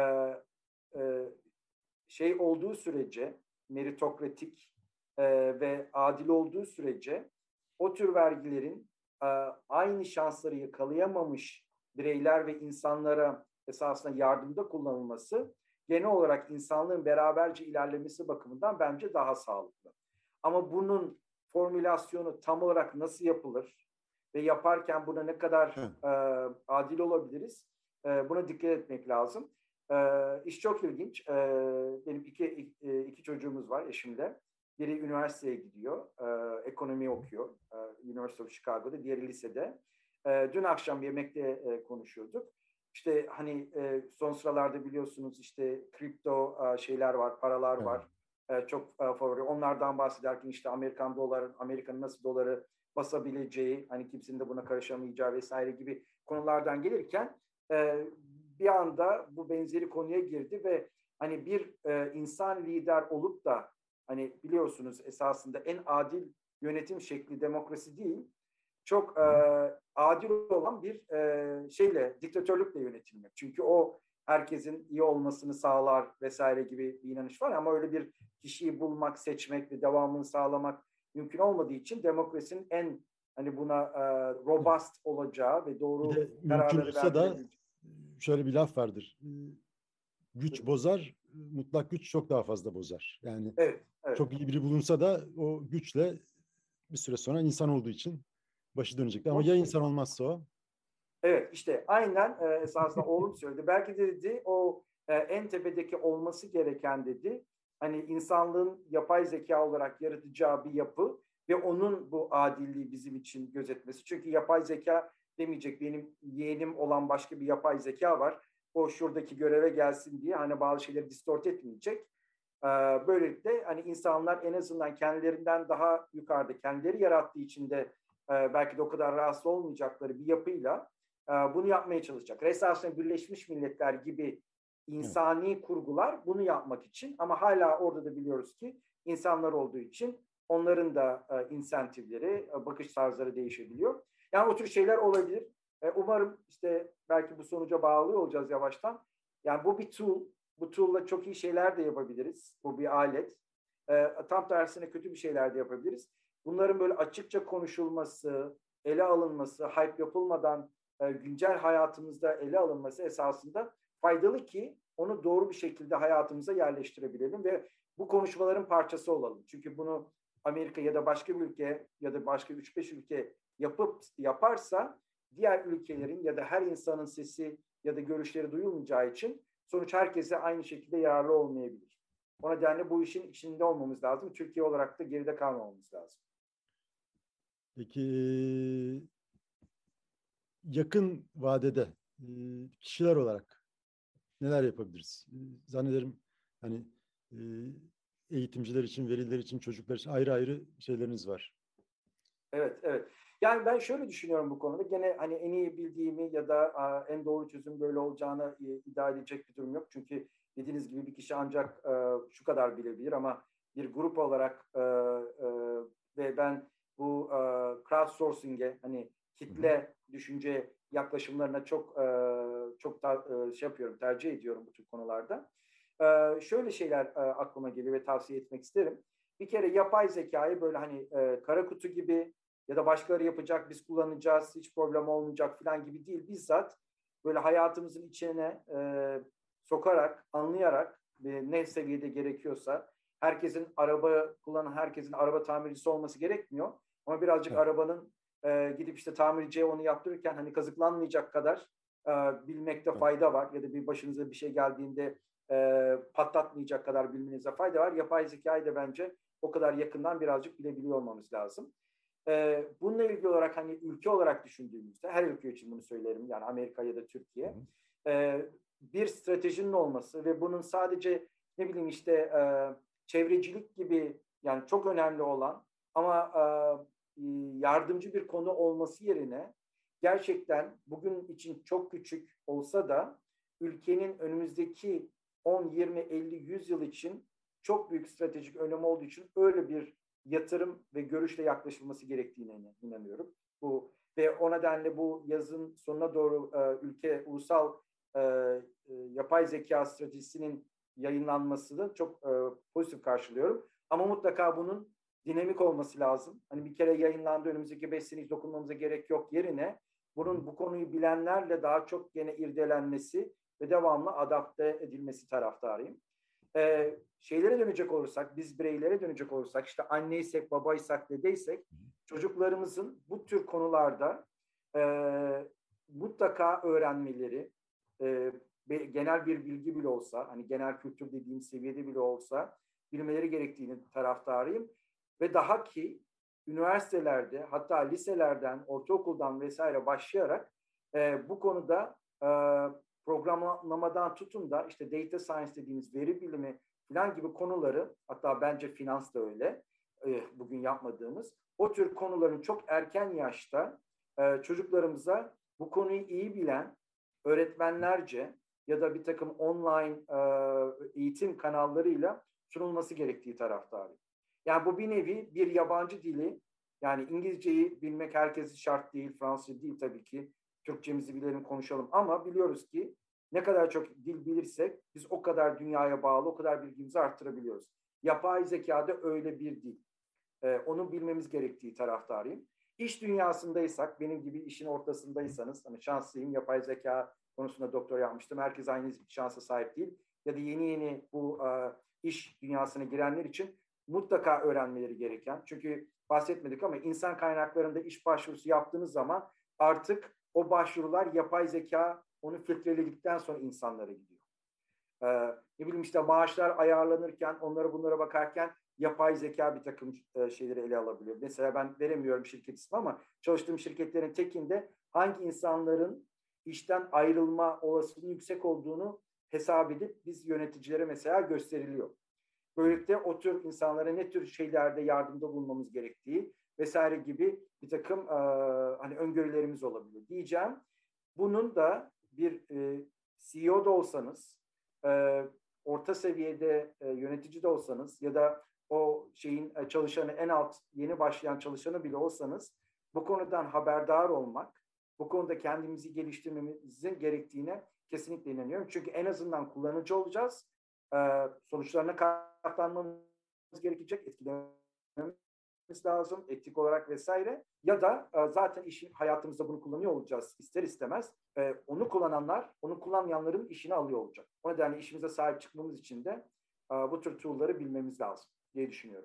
C: şey olduğu sürece meritokratik ve adil olduğu sürece o tür vergilerin aynı şansları yakalayamamış bireyler ve insanlara esasında yardımda kullanılması genel olarak insanlığın beraberce ilerlemesi bakımından bence daha sağlıklı. Ama bunun formülasyonu tam olarak nasıl yapılır ve yaparken buna ne kadar adil olabiliriz buna dikkat etmek lazım. İş çok ilginç. Benim iki çocuğumuz var eşimle. Biri üniversiteye gidiyor. Ekonomi okuyor. University of Chicago'da. Diğeri lisede. Dün akşam yemekte konuşuyorduk. İşte hani son sıralarda biliyorsunuz işte kripto şeyler var, paralar var. Çok favori. Onlardan bahsederken işte Amerika'nın nasıl doları basabileceği, hani kimsenin de buna karışamayacağı vesaire gibi konulardan gelirken bir anda bu benzeri konuya girdi ve hani bir insan lider olup da hani biliyorsunuz esasında en adil yönetim şekli demokrasi değil, çok adil olan bir diktatörlükle yönetilmek. Çünkü o herkesin iyi olmasını sağlar vesaire gibi bir inanış var ama öyle bir kişiyi bulmak, seçmek ve devamını sağlamak mümkün olmadığı için demokrasinin en hani buna robust olacağı ve doğru
B: mümkün
C: kararları
B: olsa da
C: verdirebileceği.
B: şöyle bir laf vardır. Güç bozar, mutlak güç çok daha fazla bozar. Yani
C: evet.
B: çok iyi biri bulunsa da o güçle bir süre sonra insan olduğu için başı dönecek. Ama ya insan olmazsa o?
C: Evet işte aynen esasında oğlum söyledi. Belki de dedi o en tepedeki olması gereken dedi. Hani insanlığın yapay zeka olarak yaratacağı bir yapı ve onun bu adilliği bizim için gözetmesi. Çünkü yapay zeka demeyecek benim yeğenim olan başka bir yapay zeka var. O şuradaki göreve gelsin diye hani bazı şeyleri distort etmeyecek. Böylelikle hani insanlar en azından kendilerinden daha yukarıda kendileri yarattığı için de belki de o kadar rahatsız olmayacakları bir yapıyla bunu yapmaya çalışacak. Esasında Birleşmiş Milletler gibi insani kurgular bunu yapmak için ama hala orada da biliyoruz ki insanlar olduğu için onların da insentifleri, bakış tarzları değişebiliyor. Yani o tür şeyler olabilir. Umarım işte belki bu sonuca bağlı olacağız yavaştan. Yani bu bir tool. Bu tool'la çok iyi şeyler de yapabiliriz. Bu bir alet. Tam tersine kötü bir şeyler de yapabiliriz. Bunların böyle açıkça konuşulması, ele alınması, hype yapılmadan güncel hayatımızda ele alınması esasında faydalı ki onu doğru bir şekilde hayatımıza yerleştirebilelim ve bu konuşmaların parçası olalım. Çünkü bunu Amerika ya da başka bir ülke ya da başka 3-5 ülke yaparsa diğer ülkelerin ya da her insanın sesi ya da görüşleri duyulmayacağı için sonuç herkese aynı şekilde yararlı olmayabilir. O nedenle bu işin içinde olmamız lazım. Türkiye olarak da geride kalmamamız lazım.
B: Peki yakın vadede kişiler olarak neler yapabiliriz? Zannederim hani eğitimciler için, veliler için, çocuklar için ayrı ayrı şeyleriniz var.
C: Evet. Yani ben şöyle düşünüyorum bu konuda. Gene hani en iyi bildiğimi ya da en doğru çözüm böyle olacağını iddia edecek bir durum yok. Çünkü dediğiniz gibi bir kişi ancak şu kadar bilebilir ama bir grup olarak ve ben bu crowdsourcing'e hani kitle düşünce yaklaşımlarına çok şey yapıyorum, tercih ediyorum bu tür konularda. Şöyle şeyler aklıma geliyor ve tavsiye etmek isterim. Bir kere yapay zekayı böyle hani kara kutu gibi ya da başkaları yapacak, biz kullanacağız, hiç problem olmayacak falan gibi değil. Bizzat böyle hayatımızın içine sokarak, anlayarak ne seviyede gerekiyorsa, herkesin araba tamircisi olması gerekmiyor. Ama birazcık arabanın gidip işte tamirciye onu yaptırırken hani kazıklanmayacak kadar bilmekte fayda var. Ya da bir başınıza bir şey geldiğinde patlatmayacak kadar bilmenize fayda var. Yapay zekayı da bence o kadar yakından birazcık bilebiliyor olmamız lazım. Bununla ilgili olarak hani ülke olarak düşündüğümüzde, her ülke için bunu söylerim, yani Amerika ya da Türkiye, bir stratejinin olması ve bunun sadece ne bileyim işte çevrecilik gibi yani çok önemli olan ama yardımcı bir konu olması yerine gerçekten bugün için çok küçük olsa da ülkenin önümüzdeki 10, 20, 50, 100 yıl için çok büyük stratejik önemi olduğu için öyle bir yatırım ve görüşle yaklaşılması gerektiğine inanıyorum. Ve o nedenle bu yazın sonuna doğru ülke ulusal yapay zeka stratejisinin yayınlanmasını çok pozitif karşılıyorum. Ama mutlaka bunun dinamik olması lazım. Hani bir kere yayınlandı, önümüzdeki 5 sene hiç dokunmamıza gerek yok yerine bunun bu konuyu bilenlerle daha çok gene irdelenmesi ve devamlı adapte edilmesi taraftarıyım. Şeylere dönecek olursak, biz bireylere dönecek olursak, işte anneysek, babaysak, dedeysek, çocuklarımızın bu tür konularda mutlaka öğrenmeleri, genel bir bilgi bile olsa, hani genel kültür dediğim seviyede bile olsa bilmeleri gerektiğini taraftarıyım. Ve daha ki üniversitelerde, hatta liselerden, ortaokuldan vesaire başlayarak bu konuda programlamadan tutun da işte data science dediğimiz veri bilimi falan gibi konuları, hatta bence finans da öyle, bugün yapmadığımız o tür konuların çok erken yaşta çocuklarımıza bu konuyu iyi bilen öğretmenlerce ya da bir takım online eğitim kanallarıyla sunulması gerektiği taraftarıyım. Yani bu bir nevi bir yabancı dili, yani İngilizceyi bilmek herkese şart değil, Fransızca değil tabii ki. Türkçemizi bilelim, konuşalım ama biliyoruz ki ne kadar çok dil bilirsek biz o kadar dünyaya bağlı, o kadar bilgimizi arttırabiliyoruz. Yapay zekada öyle bir dil. Onu bilmemiz gerektiği taraftarıyım. İş dünyasındaysak, benim gibi işin ortasındaysanız, hani şanslıyım, yapay zeka konusunda doktora yapmıştım. Herkes aynı şansa sahip değil. Ya da yeni bu iş dünyasına girenler için mutlaka öğrenmeleri gereken. Çünkü bahsetmedik ama insan kaynaklarında iş başvurusu yaptığınız zaman artık o başvurular yapay zeka onu filtreledikten sonra insanlara gidiyor. Ne bileyim işte maaşlar ayarlanırken, bunlara bakarken yapay zeka bir takım şeyleri ele alabiliyor. Mesela ben veremiyorum şirket ismi ama çalıştığım şirketlerin tekinde hangi insanların işten ayrılma olasılığının yüksek olduğunu hesap edip biz yöneticilere mesela gösteriliyor. Böylelikle o tür insanlara ne tür şeylerde yardımda bulunmamız gerektiği vesaire gibi bir takım hani öngörülerimiz olabilir diyeceğim. Bunun da bir CEO da olsanız, orta seviyede yönetici de olsanız ya da o şeyin çalışanı, en alt yeni başlayan çalışanı bile olsanız bu konudan haberdar olmak, bu konuda kendimizi geliştirmemizin gerektiğine kesinlikle inanıyorum. Çünkü en azından kullanıcı olacağız. Sonuçlarına katlanmamız gerekecek, etkilememiz lazım, etik olarak vesaire. Ya da zaten hayatımızda bunu kullanıyor olacağız ister istemez. Onu kullanmayanların işini alıyor olacak. O nedenle işimize sahip çıkmamız için de bu tür tool'ları bilmemiz lazım diye düşünüyorum.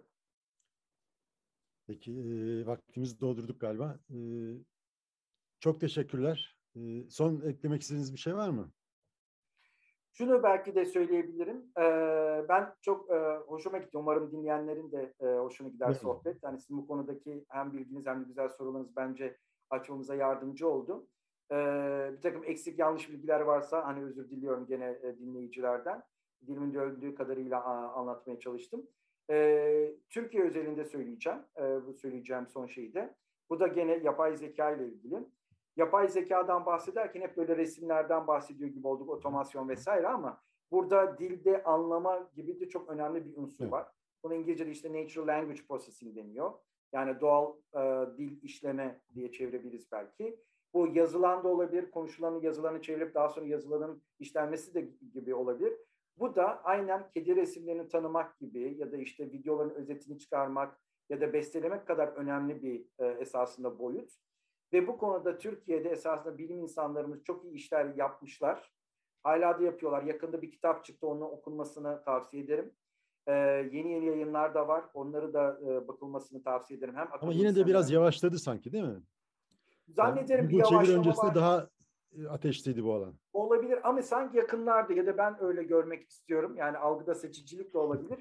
B: Peki vaktimizi doldurduk galiba. Çok teşekkürler. Son eklemek istediğiniz bir şey var mı?
C: Şunu belki de söyleyebilirim. Ben çok hoşuma gitti. Umarım dinleyenlerin de hoşuna gider sohbet. Yani sizin bu konudaki hem bilginiz hem de güzel sorularınız bence açmamıza yardımcı oldu. Bir takım eksik yanlış bilgiler varsa hani özür diliyorum gene dinleyicilerden. Dilimin döndüğü kadarıyla anlatmaya çalıştım. Türkiye özelinde söyleyeceğim. Bu söyleyeceğim son şeyi de. Bu da gene yapay zeka ile ilgili. Yapay zekadan bahsederken hep böyle resimlerden bahsediyor gibi olduk, otomasyon vesaire ama burada dilde anlama gibi de çok önemli bir unsur
B: Evet.
C: var. Bunu İngilizce'de işte natural language processing deniyor. Yani doğal dil işleme diye çevirebiliriz belki. Bu yazılan da olabilir, konuşulanı yazılanı çevirip daha sonra yazılanın işlenmesi de gibi olabilir. Bu da aynen kedi resimlerini tanımak gibi ya da işte videoların özetini çıkarmak ya da bestelemek kadar önemli bir esasında boyut. Ve bu konuda Türkiye'de esasında bilim insanlarımız çok iyi işler yapmışlar. Hala da yapıyorlar. Yakında bir kitap çıktı, onun okunmasını tavsiye ederim. Yeni yayınlar da var. Onları da bakılmasını tavsiye ederim. Hem
B: Ama yine de
C: akademisyenler...
B: biraz yavaşladı sanki, değil mi?
C: Zannederim
B: Yani
C: bir
B: bu çeviri
C: yavaşlama
B: öncesinde
C: var.
B: daha ateşliydi bu alan.
C: Olabilir ama sanki yakınlarda ya da ben öyle görmek istiyorum. Yani algıda seçicilik de olabilir.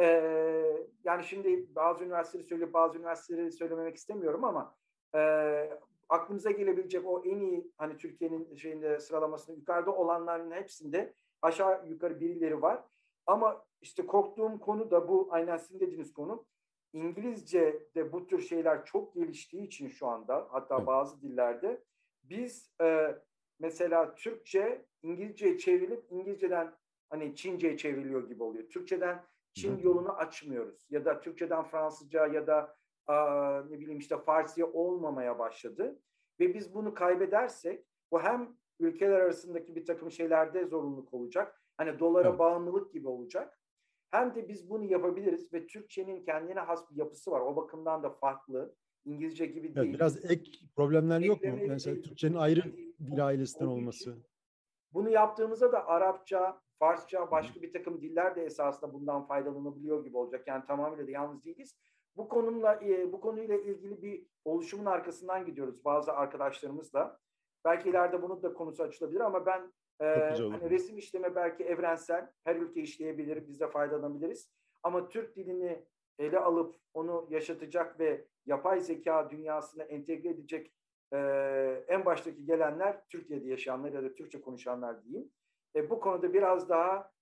C: Yani şimdi bazı üniversiteleri söyleyip bazı üniversiteleri söylememek istemiyorum ama aklınıza gelebilecek o en iyi hani Türkiye'nin şeyinde sıralamasında yukarıda olanların hepsinde aşağı yukarı birileri var. Ama işte korktuğum konu da bu, aynen sizin dediğiniz konu. İngilizce'de bu tür şeyler çok geliştiği için şu anda, hatta bazı dillerde biz mesela Türkçe İngilizce'ye çevrilip İngilizce'den hani Çince'ye çevriliyor gibi oluyor. Türkçeden Çin yolunu açmıyoruz ya da Türkçeden Fransızca ya da ne bileyim işte Farsça olmamaya başladı. Ve biz bunu kaybedersek bu hem ülkeler arasındaki bir takım şeylerde zorunluluk olacak. Hani dolara bağımlılık gibi olacak. Hem de biz bunu yapabiliriz ve Türkçenin kendine has bir yapısı var. O bakımdan da farklı. İngilizce gibi değil.
B: Biraz ek problemler yok mu?
C: Ekleme
B: Mesela Türkçenin ayrı dil ailesinden
C: olduğu
B: olması.
C: için bunu yaptığımızda da Arapça, Farsça, başka bir takım diller de esasında bundan faydalanabiliyor gibi olacak. Yani tamamıyla da yalnız değiliz. Bu konuyla ilgili bir oluşumun arkasından gidiyoruz bazı arkadaşlarımızla. Belki ileride bunun da konusu açılabilir ama ben
B: Çok güzel olur.
C: hani resim işleme belki evrensel, her ülke işleyebilir, biz de faydalanabiliriz. Ama Türk dilini ele alıp onu yaşatacak ve yapay zeka dünyasına entegre edecek en baştaki gelenler Türkiye'de yaşayanlar ya da Türkçe konuşanlar diyeyim. Bu konuda biraz daha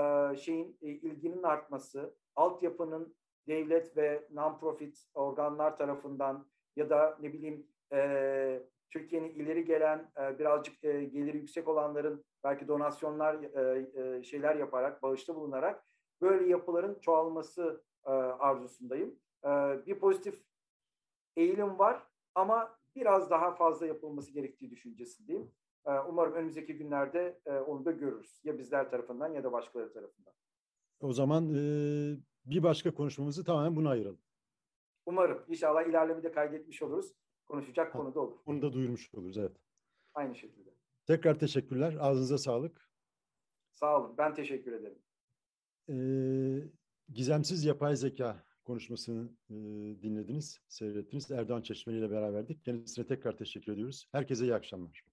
C: ilginin artması, altyapının devlet ve non-profit organlar tarafından ya da ne bileyim Türkiye'nin ileri gelen birazcık geliri yüksek olanların belki donasyonlar şeyler yaparak, bağışta bulunarak böyle yapıların çoğalması arzusundayım. Bir pozitif eğilim var ama biraz daha fazla yapılması gerektiği düşüncesindeyim. Umarım önümüzdeki günlerde onu da görürüz. Ya bizler tarafından ya da başkaları tarafından.
B: O zaman bir başka konuşmamızı tamamen buna ayıralım.
C: Umarım. İnşallah ilerlemede kaydetmiş oluruz. Konuşacak konu da olur.
B: Onu da duyurmuş oluruz, evet.
C: Aynı şekilde.
B: Tekrar teşekkürler. Ağzınıza sağlık.
C: Sağ olun. Ben teşekkür ederim.
B: Gizemsiz yapay zeka konuşmasını dinlediniz, seyrettiniz. Erdoğan Çeşmeli ile beraberdik. Kendisine tekrar teşekkür ediyoruz. Herkese iyi akşamlar.